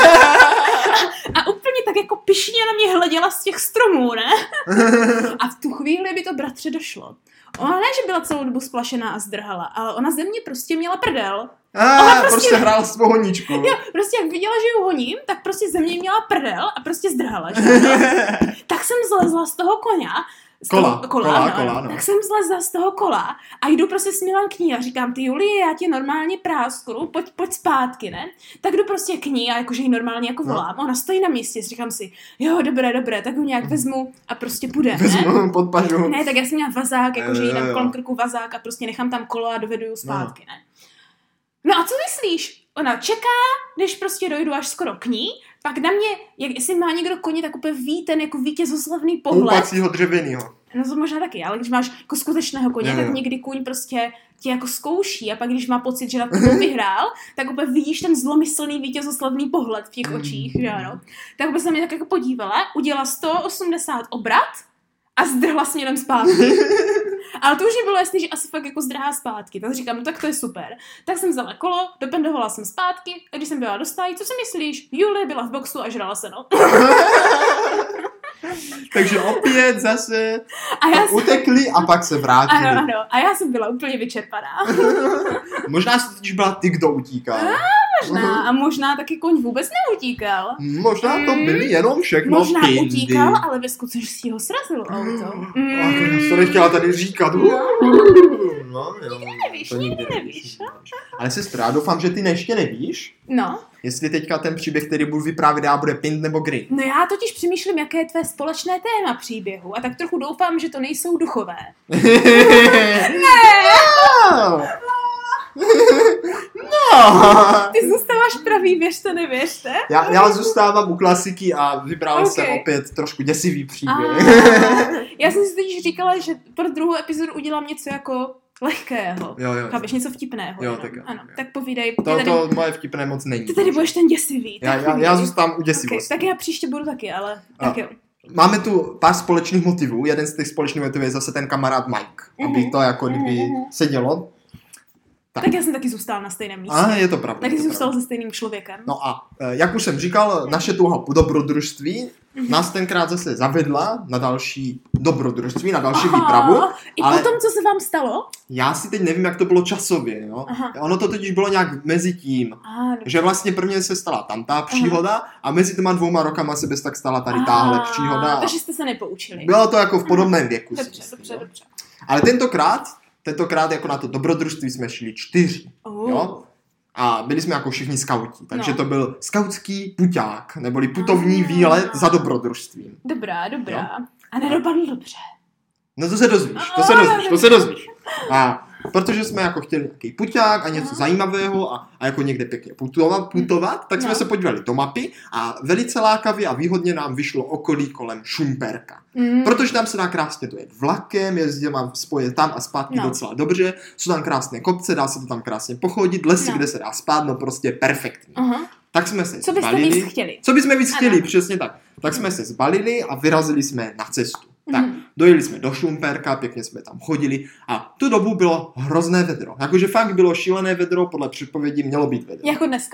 A úplně tak jako pyšně na mě hleděla z těch stromů, ne? A v tu chvíli by to, bratře, došlo. Ona ne, že byla celou dobu splašená a zdrhala, ale ona ze mě prostě měla prdel. Ona prostě hrála s honičkou. Jo, prostě jak viděla, že ju honím, tak prostě ze mě měla prdel a prostě zdrhala. Že? Tak jsem zlezla z toho koně. Kola. Tak jsem zlezla z toho kola a jdu prostě směrem k ní a říkám, ty Julie, já tě normálně prásknu, pojď zpátky, ne? Tak jdu prostě k ní a jakože jí normálně jako volám. Ona stojí na místě, říkám si, jo, dobré, tak ho nějak vezmu a prostě půjde, ne? Vezmu pod pažu. Ne, tak já jsem měla vazák, jakože jí dám kolem krku vazák a prostě nechám tam kolo a dovedu ju zpátky, ne? No a co myslíš? Ona čeká, než prostě dojdu až skoro k ní, pak na mě, jestli má někdo koně, tak úplně ví ten jako vítězoslavný pohled. Koupacího dřevěnýho. No to možná taky, ale když máš jako skutečného koně, tak někdy kůň prostě tě jako zkouší a pak když má pocit, že na to vyhrál, tak úplně vidíš ten zlomyslný vítězoslavný pohled v těch očích, že ano. Tak úplně se mě tak jako podívala, udělala 180 obrat a zdrhla směrem zpátky. Ale to už mi bylo jasný, že asi fakt jako zdrhá zpátky. Tak říkám, no tak to je super. Tak jsem vzala kolo, dopendovala jsem zpátky a když jsem byla do stájí, co si myslíš? Julie byla v boxu a žrala se, no. Takže opět zase utekli a pak se vrátili. Ano. A já jsem byla úplně vyčerpaná. Možná jsi totiž byla ty, kdo utíkal. Možná. A možná taky koň vůbec neutíkal. Možná to byly jenom všechno možná pindy. Utíkal, ale ve skutečnosti ho srazilo auto. Já to nechtěla tady říkat. Nikdy nevíš. Ale sestra, já doufám, že ty ještě nevíš. No. Jestli teďka ten příběh, který budu vyprávět, bude Pind nebo Grin. No já totiž přemýšlím, jaké je tvé společné téma příběhu a tak trochu doufám, že to nejsou duchové. Ne! Ty zůstáváš pravý, věřte, nevěřte? Já zůstávám u klasiky a vybral jsem opět trošku děsivý příběh. Já jsem si totiž říkala, že pro druhou epizodu udělám něco jako lehkého. Jo. Chápeš, něco vtipného. Jo, tak jo. Ano, tak povídej. To moje vtipné moc není. Ty tady budeš ten děsivý. Já zůstávám u děsivosti. Tak já příště budu taky, ale tak jo. Máme tu pár společných motivů. Jeden z těch společných motivů je zase ten kamarád Mike. Aby to jako kdyby sedělo. Tak já jsem taky zůstala na stejném místě. Je to pravda. Taky zůstala se stejným člověkem. No a jak už jsem říkal, naše touha po dobrodružství nás tenkrát zase zavedla na další dobrodružství, na další výpravu. I ale potom, co se vám stalo? Já si teď nevím, jak to bylo časově. Jo? Ono to totiž bylo nějak mezi tím, že vlastně prvně se stala tam ta příhoda a mezi těma 2 rokama se bez tak stala tady tahle příhoda. Takže jste se nepoučili. Bylo to jako v podobném věku. Dobře. Ale tentokrát jako na to dobrodružství jsme šli 4. Jo? A byli jsme jako všichni skauti, takže to byl skautský puťák, neboli putovní výlet za dobrodružstvím. Dobrá. Jo? A nedopadl dobře. No to se dozvíš. A protože jsme jako chtěli nějaký puťák a něco zajímavého a jako někde pěkně putovat, tak jsme se podívali do mapy a velice lákavě a výhodně nám vyšlo okolí kolem Šumperka. Protože tam se dá krásně dojet vlakem, jezdím a spoje tam a zpátky docela dobře, jsou tam krásné kopce, dá se to tam krásně pochodit, lesy, kde se dá spát, no prostě perfektní. Tak jsme se Co byste víc chtěli? Co bychom víc chtěli, přesně tak. Tak jsme se zbalili a vyrazili jsme na cestu. Tak, dojeli jsme do Šumperka, pěkně jsme tam chodili a tu dobu bylo hrozné vedro. Jakože fakt bylo šílené vedro, podle předpovědí mělo být vedro. Jako dneska.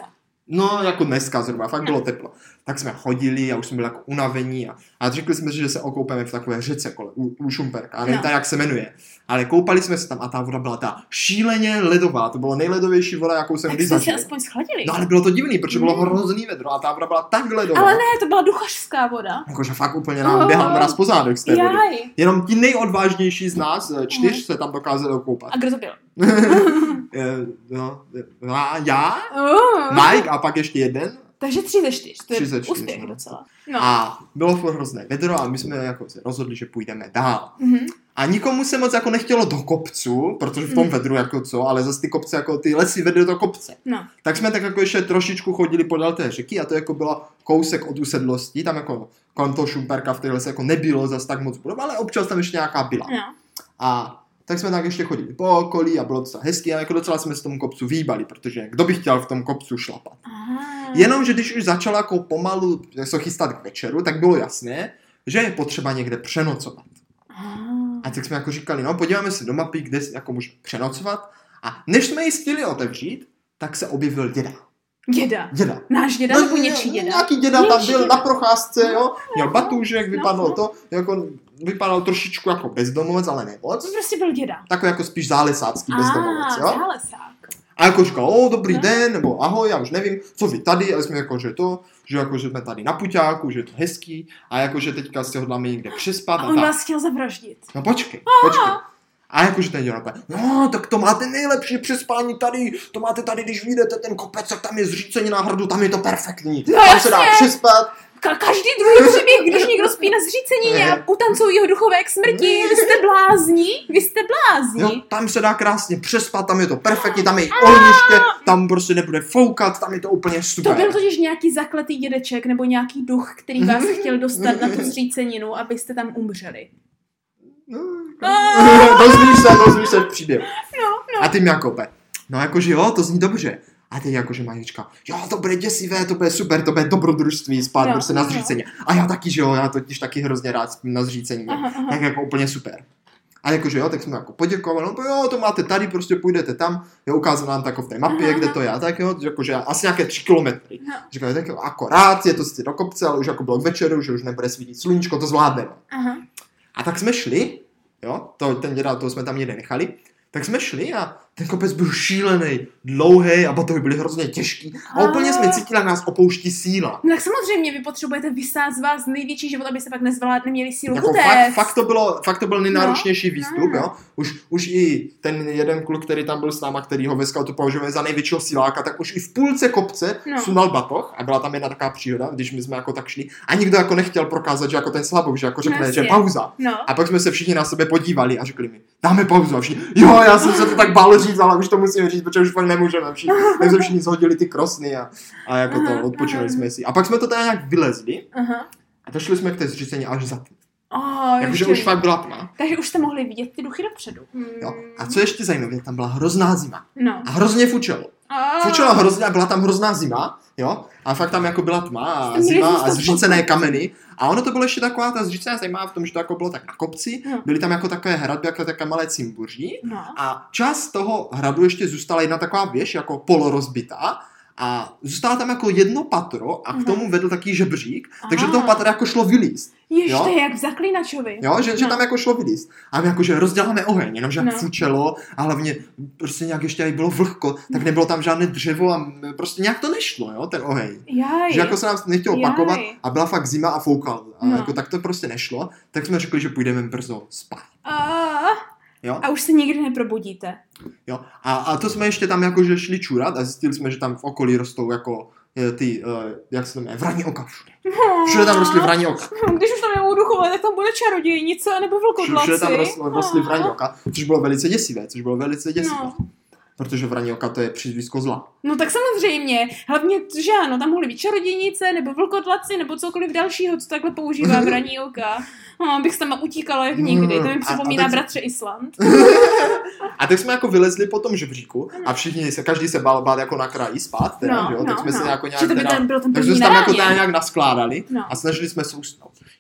No, jako dneska zhruba, fakt bylo teplo. Tak jsme chodili a už jsme byli jako unavení a řekli jsme si, že se okoupeme v takové řece u Šumperka, a nevím jak se jmenuje. Ale koupali jsme se tam a ta voda byla ta šíleně ledová, to bylo nejledovější voda, jakou jsem kdy zažil. Tak jste se aspoň schladili. No ale bylo to divný, protože bylo hrozný vedro a ta voda byla tak ledová. Ale ne, to byla duchařská voda. Jakože fakt úplně nám běhal mraz po zádech z té vody. Jenom ti nejodvážnější z nás, 4, se tam dokázali okoupat. A kdo to byl? Já, Mike a pak ještě jeden. Takže 3 ze 4, to je úspěch docela. No. A bylo to hrozné vedro a my jsme jako se rozhodli, že půjdeme dál. A nikomu se moc jako nechtělo do kopců, protože v tom vedru jako co, ale zase ty kopce jako ty lesy vedly do kopce. No. Tak jsme tak jako ještě trošičku chodili podél té řeky a to jako bylo kousek od usedlosti, tam jako kolem toho Šumperka v té lese jako nebylo zase tak moc budov, ale občas tam ještě nějaká byla. No. A tak jsme tak ještě chodili po okolí a bylo docela hezky a jako docela jsme z tomu kopcu výbali, protože kdo by chtěl v tom kopcu šlapat. Jenomže když už začalo jako pomalu se chystat k večeru, tak bylo jasné, že je potřeba někde přenocovat. A tak jsme jako říkali, no podíváme se do mapy, kde jako můžeme přenocovat a než jsme ji chtěli otevřít, tak se objevil děda. Děda? Náš děda no, nebo něčí děda? Nějaký děda tam byl na procházce, jo, měl batůžek, vypadalo to, jako vypadal trošičku jako bezdomovec, ale ne moc. To prostě byl děda. Takový jako spíš zálesácký bezdomovec, jo. Zálesák. A jako říkal, dobrý den, nebo ahoj, já už nevím, co vy tady, ale jsme jako, že jsme tady na puťáku, že je to hezký, a jako, že teďka si hodláme někde přespat. A on vás chtěl zavraždit. No počkej. A jakože ten dělá, no tak to máte nejlepší přespání tady, to máte tady, když vyjdete ten kopec, tak tam je zřícenina hradu, tam je to perfektní, tam se dá přespat. Každý druhý příběh, když někdo spí na zřícenině a utancují jeho duchové k smrti, vy jste blázni. Jo, tam se dá krásně přespat, tam je to perfektní, tam je i ohniště, tam prostě nebude foukat, tam je to úplně super. To byl totiž nějaký zakletý dědeček nebo nějaký duch, který vás chtěl dostat na tu zříceninu, abyste tam umřeli. Dozvíš se v příběhu. No. A ty mi Jakobe, no jakože jo, to zní dobře. A teď jakože Majička, jo, to bude děsivé, to bude super, to bude dobrodružství spát prostě na zříceně. A já taky, že jo, já totiž taky hrozně rád spím na zřícení. Tak jako úplně super. A jakože jo, tak jsme jako poděkovali, no jo, to máte tady, prostě půjdete tam, jo, ukázal nám tak v té mapě, kde to je, tak jo, jakože asi nějaké 3 kilometry. Říkali, tak jo, akorát, je to sice do kopce, ale už jako bylo k večeru, že už nebude svítit sluníčko, to zvládneme. A tak jsme šli, jo, ten děda, toho jsme tam někde nechali, tak jsme šli a ten kopec byl šílený, dlouhý a batohy byly hrozně těžký a úplně jsme cítili, jak nás opouští síla. No tak samozřejmě, vy potřebujete vysát z vás největší život, abyste pak neměli sílu jako utéct. Fakt to byl nejnáročnější výstup, jo. Už i ten jeden kluk, který tam byl s náma, který ho ve skautu považujeme za největšího síláka, tak už i v půlce kopce sunal batoh a byla tam jedna taková příhoda, když my jsme jako tak šli a nikdo jako nechtěl prokázat, že jako ten slabou, že jako řekne, že pauza. No. A pak jsme se všichni na sebe podívali a řekli mi, dáme pauzu a všichni, jo, já jsem se to tak bál říct, ale už to musím říct, protože už fakt nemůžeme. Tak jsme všichni zhodili ty krosny a jako to odpočinuli jsme si. A pak jsme to tady nějak vylezli a došli jsme k té zřícení až za tmy. Jakože už fakt byla tma. Takže už jste mohli vidět ty duchy dopředu. Jo. A co ještě zajímavé, tam byla hrozná zima. No. A hrozně fučelo. Fučelo hrozně a byla tam hrozná zima, jo. A fakt tam jako byla tma a zima a zřícené kameny. A ono to bylo ještě taková ta zřícená zajímavá v tom, že to jako bylo tak na kopci. Byly tam jako takové hradby, jako také malé cimbuří. A část toho hradu ještě zůstala jedna taková věž, jako polorozbitá. A zůstalo tam jako jedno patro a k tomu vedl taký žebřík, takže do toho patra jako šlo vylízt. Ještě jak v Zaklínačovi. Jo, že tam jako šlo vylízt. A my jakože rozděláme oheň, jenomže jak fučelo a hlavně prostě nějak ještě aj bylo vlhko, tak nebylo tam žádné dřevo a prostě nějak to nešlo, jo, ten oheň. Že jako se nám nechtělo opakovat a byla fakt zima a foukal. A jako tak to prostě nešlo, tak jsme řekli, že půjdeme brzo spát. Jo? A už se nikdy neprobudíte. Jo. A to jsme ještě tam jakože šli čurat a zjistili jsme, že tam v okolí rostou jako ty, jak se to jmenuje, vraní oka všude. Všude tam rostly vraní oka. Když už tam nebudou duchové, tak tam bude čarodějnice nebo vlkodlaci. Všude tam rostly vraní oka, což bylo velice děsivé. Protože vraní oka to je přízvisko zla. No tak samozřejmě. Hlavně, že ano, tam mohly být čarodějnice, nebo vlkodlaci, nebo cokoliv dalšího, co takhle používá vraní oka. Bych se tam utíkala jak nikdy. To mi připomíná bratře Island. A tak jsme jako vylezli po tom žebříku a každý se bál jako na kraji spát, teda, tak jsme se jako nějak tam takže jsme tam jako nějak naskládali a snažili jsme se usnout.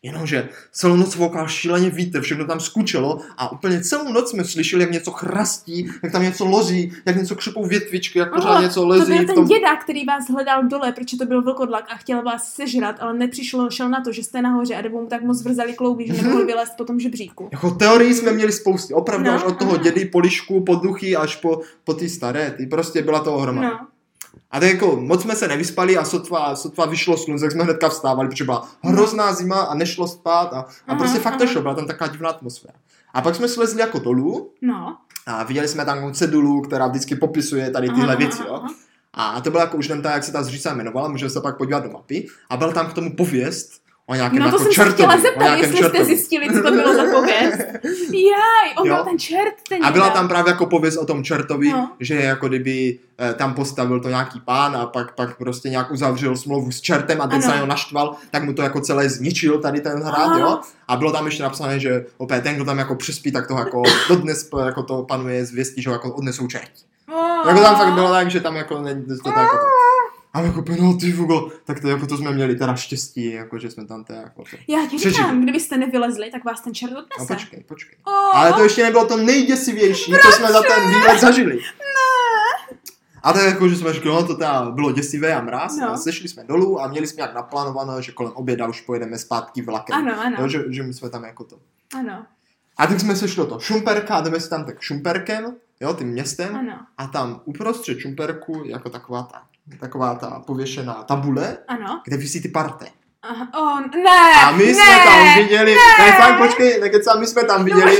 Jenomže celou noc voukal šíleně vítr, všechno tam skučelo a úplně celou noc jsme slyšeli, jak něco chrastí, jak tam něco lozí, jak něco křepou větvičky, jak pořád něco lezí. To byl ten děda, který vás hledal dole, protože to byl vlkodlak a chtěl vás sežrat, ale šel na to, že jste nahoře a nebo mu tak moc vrzali klouby, že nemohl vylézt po tom žebříku. Jako teorii jsme měli spousty, opravdu až od toho dědy po lišku, po duchy až po ty staré, ty prostě byla to ohromada. No. A tak jako moc jsme se nevyspali a sotva vyšlo slunce, tak jsme hnedka vstávali, protože byla hrozná zima a nešlo spát a prostě fakt to šlo, byla tam taková divná atmosféra. A pak jsme slezli jako dolů a viděli jsme tam cedulu, která vždycky popisuje tady tyhle věci, jo. A to bylo jako už nevím, jak se ta zříca jmenovala, můžeme se pak podívat do mapy a byl tam k tomu pověst o nějakém jako čertovi. No to jsem se chtěla zeptat, jestli jste zjistili, co to bylo za pověst. On byl ten čert. A byla tam právě jako pověst o tom čertovi, že jako kdyby tam postavil to nějaký pán a pak prostě nějak uzavřel smlouvu s čertem a ten se ho naštval, tak mu to jako celé zničil tady ten hrad, jo. A bylo tam ještě napsané, že opět ten, kdo tam jako přispí, tak to jako dodnes jako to panuje zvěstí, že ho jako odnesou čerti. Jako tam fakt bylo tak, že tam jako to tak jako to. A jako ty Hugo, tak to jako to jsme měli teda štěstí, jako že jsme tam to jako to. Já ti říkám, kdybyste nevylezli, tak vás ten čert odnese. No počkej. Ale to ještě nebylo to nejděsivější, co jsme za ten výlet zažili. Ne. A tak jako, že jsme řekli, no to teda bylo děsivé a mráz, a sešli jsme dolů a měli jsme jak naplánované, že kolem oběda už pojedeme zpátky vlakem. Ano. Jo, že my jsme tam jako to. Ano. A tak jsme sešli do toho Šumperka a jdeme si tam tak Šumperkem, jo, tím městem. Ano. A tam uprostřed Šumperku jako taková ta pověšená tabule, kde visí ty parte. Ne! A my jsme tam viděli, fakt počkej, nekecám, my jsme tam viděli,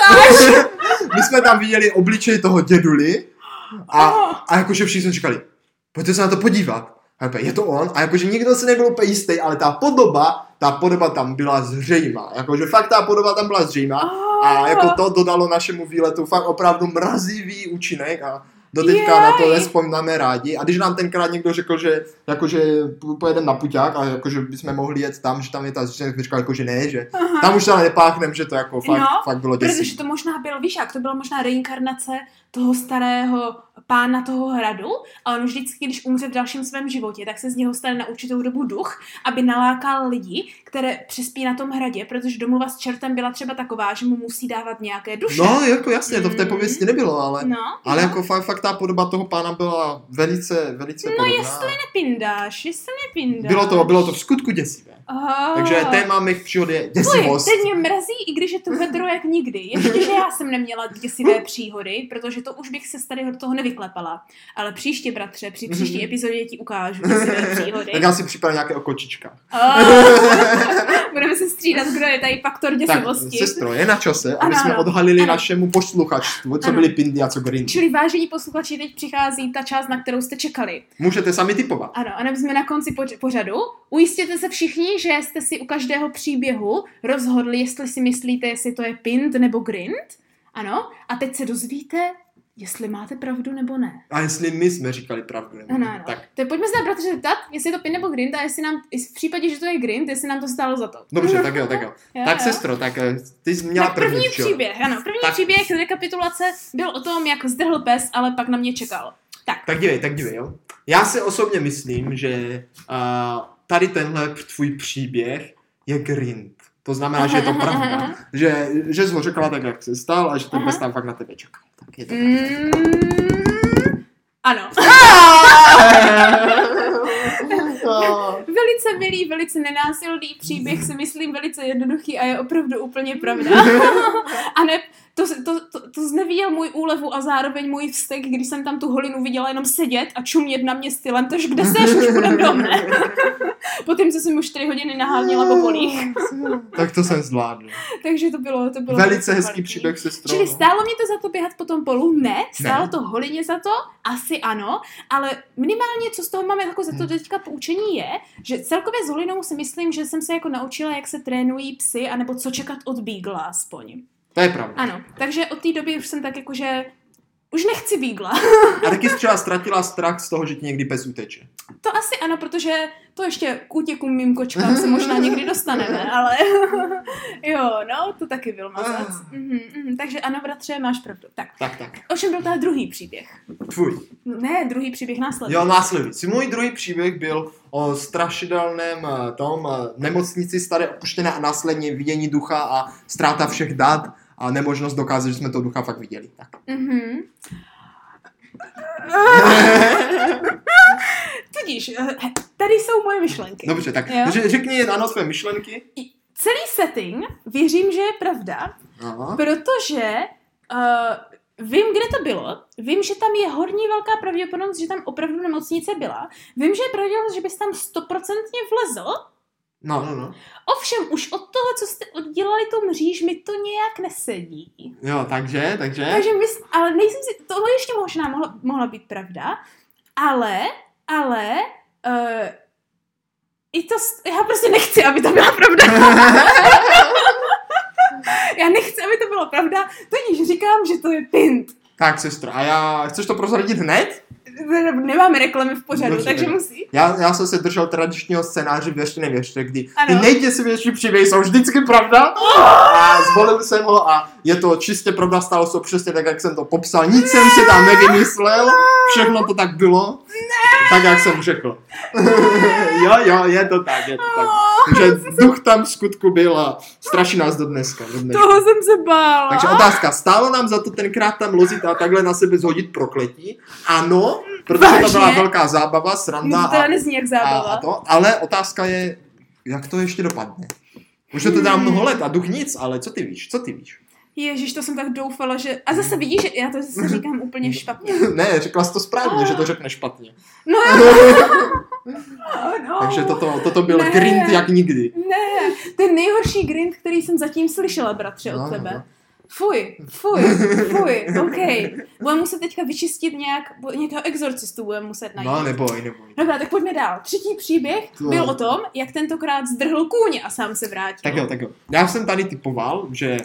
my jsme tam viděli obličej toho děduli a jakože všichni jsme říkali, pojďte se na to podívat. A je to on? A jakože nikdo se nebyl úplně jistý, ale ta podoba tam byla zřejmá. Jakože fakt ta podoba tam byla zřejmá a jako to dodalo našemu výletu fakt opravdu mrazivý účinek a doteďka na to nespomínáme rádi. A když nám tenkrát někdo řekl, že jakože pojedeme na puťák a jakože bychom mohli jet tam, že tam je ta zříčka, tak říkal jakože ne, že tam už se nepáchnem, že to jako fakt bylo děsivé. Protože to možná bylo, víš jak, to byla možná reinkarnace toho starého pána toho hradu a on vždycky, když umře v dalším svém životě, tak se z něho stane na určitou dobu duch, aby nalákal lidi, které přespí na tom hradě, protože domluva s čertem byla třeba taková, že mu musí dávat nějaké duše. No, jako jasně, to v té pověsti nebylo, ale jako fakt ta podoba toho pána byla velice podobná. No jestli nepindáš. Bylo to v skutku děsivé. Takže téma mých příhod je děsivost. Teď mě mrazí, i když je to vedro jak nikdy. Ještě, že já jsem neměla děsivé příhody, protože to už bych se z tady toho nevyklepala. Ale příště, bratře, při příští epizodě ti ukážu děsivé příhody. Tak já si připravím nějaké o kočičkách. Budeme se střídat, kdo je tady faktor děsivosti. Tak, sestro, je na čase, aby jsme odhalili našemu posluchačstvu, co byly pindy a co grindy. Čili vážení posluchači, teď přichází ta část, na kterou jste čekali. Můžete sami tipovat. Ano, a nebo jsme na konci pořadu. Ujistěte se všichni, že jste si u každého příběhu rozhodli, jestli si myslíte, jestli to je pint nebo grind. Ano, a teď se dozvíte, jestli máte pravdu nebo ne. A jestli my jsme říkali pravdu nebo ne. Ano. Tak pojďme se bratře zeptat, jestli je to pin nebo grind a jestli nám, v případě, že to je grind, jestli nám to stálo za to. Dobře, tak jo. Tak sestro, tak ty jsi měla první příběh. Ano, příběh rekapitulace byl o tom, jak zdrhl pes, ale pak na mě čekal. Tak dívej, jo. Já si osobně myslím, že tady tenhle tvůj příběh je grind. To znamená, že je to pravda. že jsi ho řekla tak, jak jsi stál a že ten pes tam fakt na tebe čekal. Tak je to ano. Velice milý, velice nenásilný příběh, si myslím velice jednoduchý a je opravdu úplně pravda. A ne, to znevíjel můj úlevu a zároveň můj vztek, když jsem tam tu holinu viděla jenom sedět a čumět na mě stylem, tož kde seš, už půjdem do mne. Potom, co jsem už 4 hodiny naháněla po polích. Tak to jsem zvládl. Takže to bylo velice hezký příběh, sestro. Čili stálo mě to za to běhat po tom polu? Ne. Stálo to holině za to? Asi ano. Ale minimálně, co z toho máme jako za to teďka poučení je, že celkově s holinou si myslím, že jsem se jako naučila, jak se trénují psy, anebo co čekat od beagla aspoň. To je pravda. Ano, takže od té doby už jsem tak jakože Už nechci Beagla. A taky jsi třeba ztratila strach z toho, že ti někdy pes uteče. To asi ano, protože to ještě k útěkům mým kočkám se možná někdy dostaneme, ale jo, no, to taky byl mazec. Takže ano, bratře, máš pravdu. Tak. O čem byl ten druhý příběh? Tvůj. Ne, druhý příběh následný. Jo, následující. Můj druhý příběh byl o strašidelném nemocnici staré opuštěné a následně vidění ducha a ztráta všech dat a nemožnost dokázat, že jsme toho ducha fakt viděli. Tak. Tudíž, tady jsou moje myšlenky. Dobře, tak řekni ano své myšlenky. Celý setting věřím, že je pravda, protože vím, kde to bylo, vím, že tam je hodně velká pravděpodobnost, že tam opravdu nemocnice byla, vím, že je pravděpodobnost, že bys tam 100% vlezl. No. Ovšem, už od toho, co jste oddělali tu mříž, mi to nějak nesedí. Jo, takže? Ale nejsem si, tohle ještě možná mohla být pravda, ale já prostě nechci, aby to byla pravda. Já nechci, aby to byla pravda, tudíž říkám, že to je pint. Tak, sestro, a chceš to prozradit hned? Nemáme reklamy v pořadu, takže musí. Já jsem se držel tradičního scénáře Věřte, nevěřte, kdy ty nejděsivější příběhy jsou vždycky pravda. A zvolil jsem ho a je to čistě pravda, stalo se přesně tak, jak jsem to popsal. Nic jsem si tam nevymyslel, všechno to tak bylo. Tak, jak jsem řekl. Jo, je to tak. Takže duch tam v skutku byl a straší nás do dneska. Toho jsem se bála. Takže otázka, stálo nám za to tenkrát tam lozit a takhle na sebe zhodit prokletí? Ano, protože to byla velká zábava, sranda. To teda nezní jak zábava. Ale otázka je, jak to ještě dopadne. Už to dá mnoho let a duch nic, ale co ty víš? Ježiš, to jsem tak doufala, že... A zase vidíš, že já to zase říkám úplně špatně. Ne, řekla jsi to správně, že to řekne špatně. No. Takže toto byl grind jak nikdy. Ne, ten nejhorší grind, který jsem zatím slyšela, bratře, od tebe. No. Fuj, okej. Budeme muset teďka vyčistit nějakého exorcistu budeme muset najít. No, neboj. Dobrá, tak pojďme dál. Třetí příběh byl o tom, jak tentokrát zdrhl kůň a sám se vrátil. Tak jo. Já jsem tady typoval, že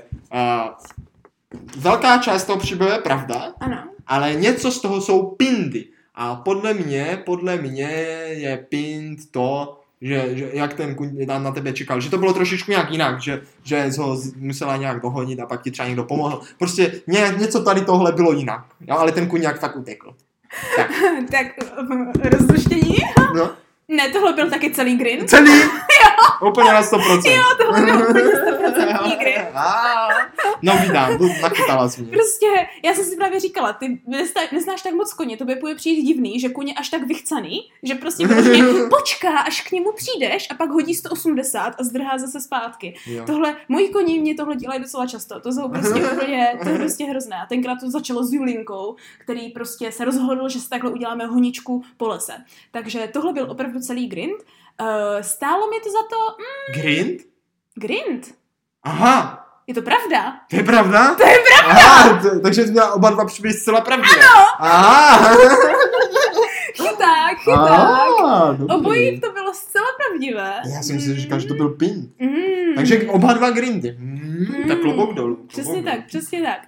velká část toho příběhu je pravda, ano. Ale něco z toho jsou pindy. A podle mě je pint to, že jak ten kuň tam na tebe čekal, že to bylo trošičku nějak jinak, že ho musela nějak dohonit a pak ti třeba někdo pomohl. Prostě něco tady tohle bylo jinak, jo, ale ten kuň nějak fakt utekl. Tak rozluštění? No. Ne, tohle byl taky celý grind. Celý? Jo. Úplně na 100%. Jo, tohle byl úplně 100% grind. No vydám, nachytala jsi mě. Prostě, já jsem si právě říkala, ty neznáš tak moc koně, to by bude přijít divný, že kuň je až tak vychcaný, že prostě počká, až k němu přijdeš a pak hodí 180 a zdrhá zase zpátky. Jo. Moji koní mě tohle dělají docela často, to jsou prostě úplně, to je prostě hrozné. A tenkrát to začalo s Julinkou, který prostě se rozhodl, že si takhle uděláme honičku po lese. Takže tohle byl opravdu celý grind. Stálo mi to za to... Grind? Grind. Aha. Je to pravda? To je pravda? To je pravda! Aha, takže jsi měla oba dva příběhy zcela pravdivé. Ano! Aha. Chyták. Obojí to bylo zcela pravdivé. Já jsem si říkal, že to byl pin. Takže oba dva grindy. Tak klobouk dolů. Přesně tak.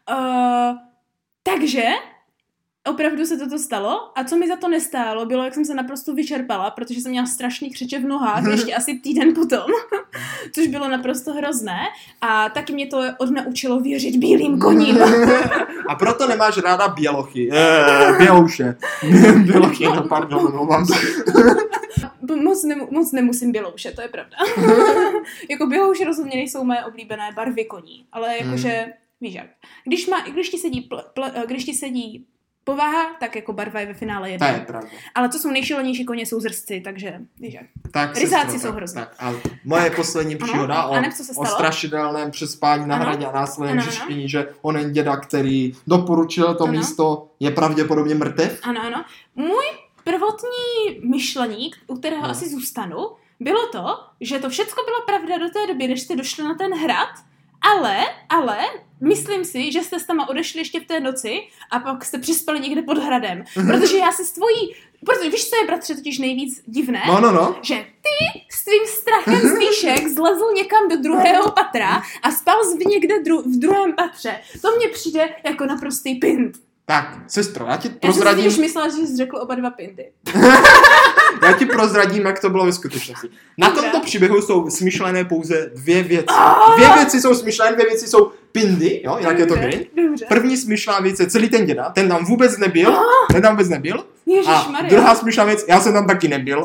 Takže... Opravdu se toto stalo a co mi za to nestálo, bylo, jak jsem se naprosto vyčerpala, protože jsem měla strašný křeče v nohách, ještě asi týden potom, což bylo naprosto hrozné a taky mě to odnaučilo věřit bílým koním. A proto nemáš ráda bělochy, bělouše. Bělochy, pardon, omlouvám se. Moc nemusím bělouše, to je pravda. Jako bělouše rozhodně nejsou moje oblíbené barvy koní, ale jakože, víš jak, když ti sedí povaha, tak jako barva je ve finále jedna. To je pravda. Ale co jsou nejšilenější koně, jsou zrsci, takže víš jak. Tak, ryzáci jsou hrozné. A moje poslední příhoda o strašidelném přespání na hradě a následném zjištění, že onen děda, který doporučil to místo, je pravděpodobně mrtev. Ano. Můj prvotní myšlení, u kterého asi zůstanu, bylo to, že to všecko bylo pravda do té doby, než jste došli na ten hrad, ale myslím si, že jste s tama odešli ještě v té noci a pak jste přispali někde pod hradem. Protože já se protože víš, co je, bratře, totiž nejvíc divné? No. Že ty s tvým strachem z výšek zlezl někam do druhého patra a spal někde v druhém patře. To mně přijde jako naprostý pint. Tak, sestro, já ti Já prozradím... jsem si myslela, že jsi řekl oba dva pindy. Já ti prozradím, jak to bylo ve skutečnosti. Na tomto příběhu jsou smyšlené pouze dvě věci. Dvě věci jsou smyšlené, dvě věci jsou pindy, jo, jinak je to grind. První smyšlená věc je celý ten děda, ten tam vůbec nebyl, a druhá smyšlená věc, já jsem tam taky nebyl.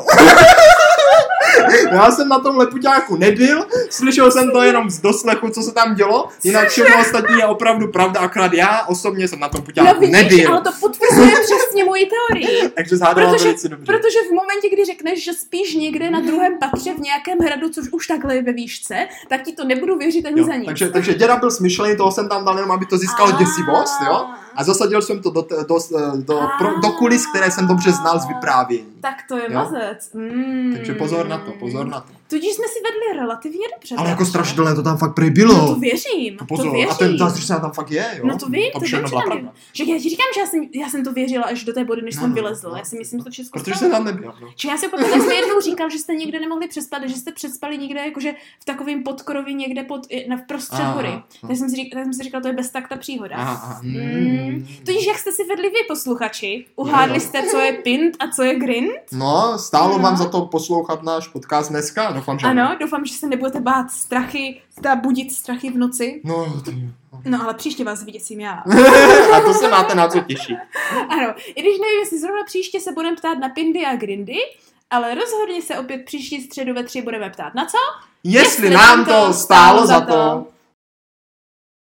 Já jsem na tom lepuťáku nebyl, slyšel jsem to jenom z doslechu, co se tam dělo, jinak všechno ostatní je opravdu pravda, akorát já osobně jsem na tom puťáku nebyl. Ale to potvrzuje přesně moji teorii. Takže zhádala velice dobře. Protože v momentě, kdy řekneš, že spíš někde na druhém patře v nějakém hradu, což už takhle je ve výšce, tak ti to nebudu věřit ani za nic. Takže děda byl smyšlený, toho jsem tam dal jenom, aby to získalo děsivost, jo? A zasadil jsem to do kulis, které jsem dobře znal z vyprávění. Tak to je mazec. Takže pozor na to. Tudíž jsme si vedli relativně dobře. Ale jako strašidelné to tam fakt prý bylo. No to věřím. Pozor, to věřím. A ten zástřič tam fakt je, jo? No to vím, to vím, že já ti říkám, že já jsem to věřila až do té body, než jsem vylezl. Já si myslím, že to všechno protože jsem tam nebyl. Či já si opakuju, jsme jednou říkal, že jste někde nemohli přespat, že jste přespali někde jakože v takovém podkroví někde vprostřed hory. Tak jsem si říkal, to je bez takta příhoda. Tudíž jak jste si vedli vy, posluchači? Uhádli jste, co je pint a co je grind? No, stálo vám za to poslouchat náš podcast dneska? Doufám, že ano, doufám, že se nebudete bát budit strachy v noci. No, ale příště vás vyděsím já. A to se máte na co těšit. Ano, i když nevím, jestli zrovna příště se budeme ptát na pindy a grindy, ale rozhodně se opět příští středu ve 3 budeme ptát na co? Jestli nám to stálo za to.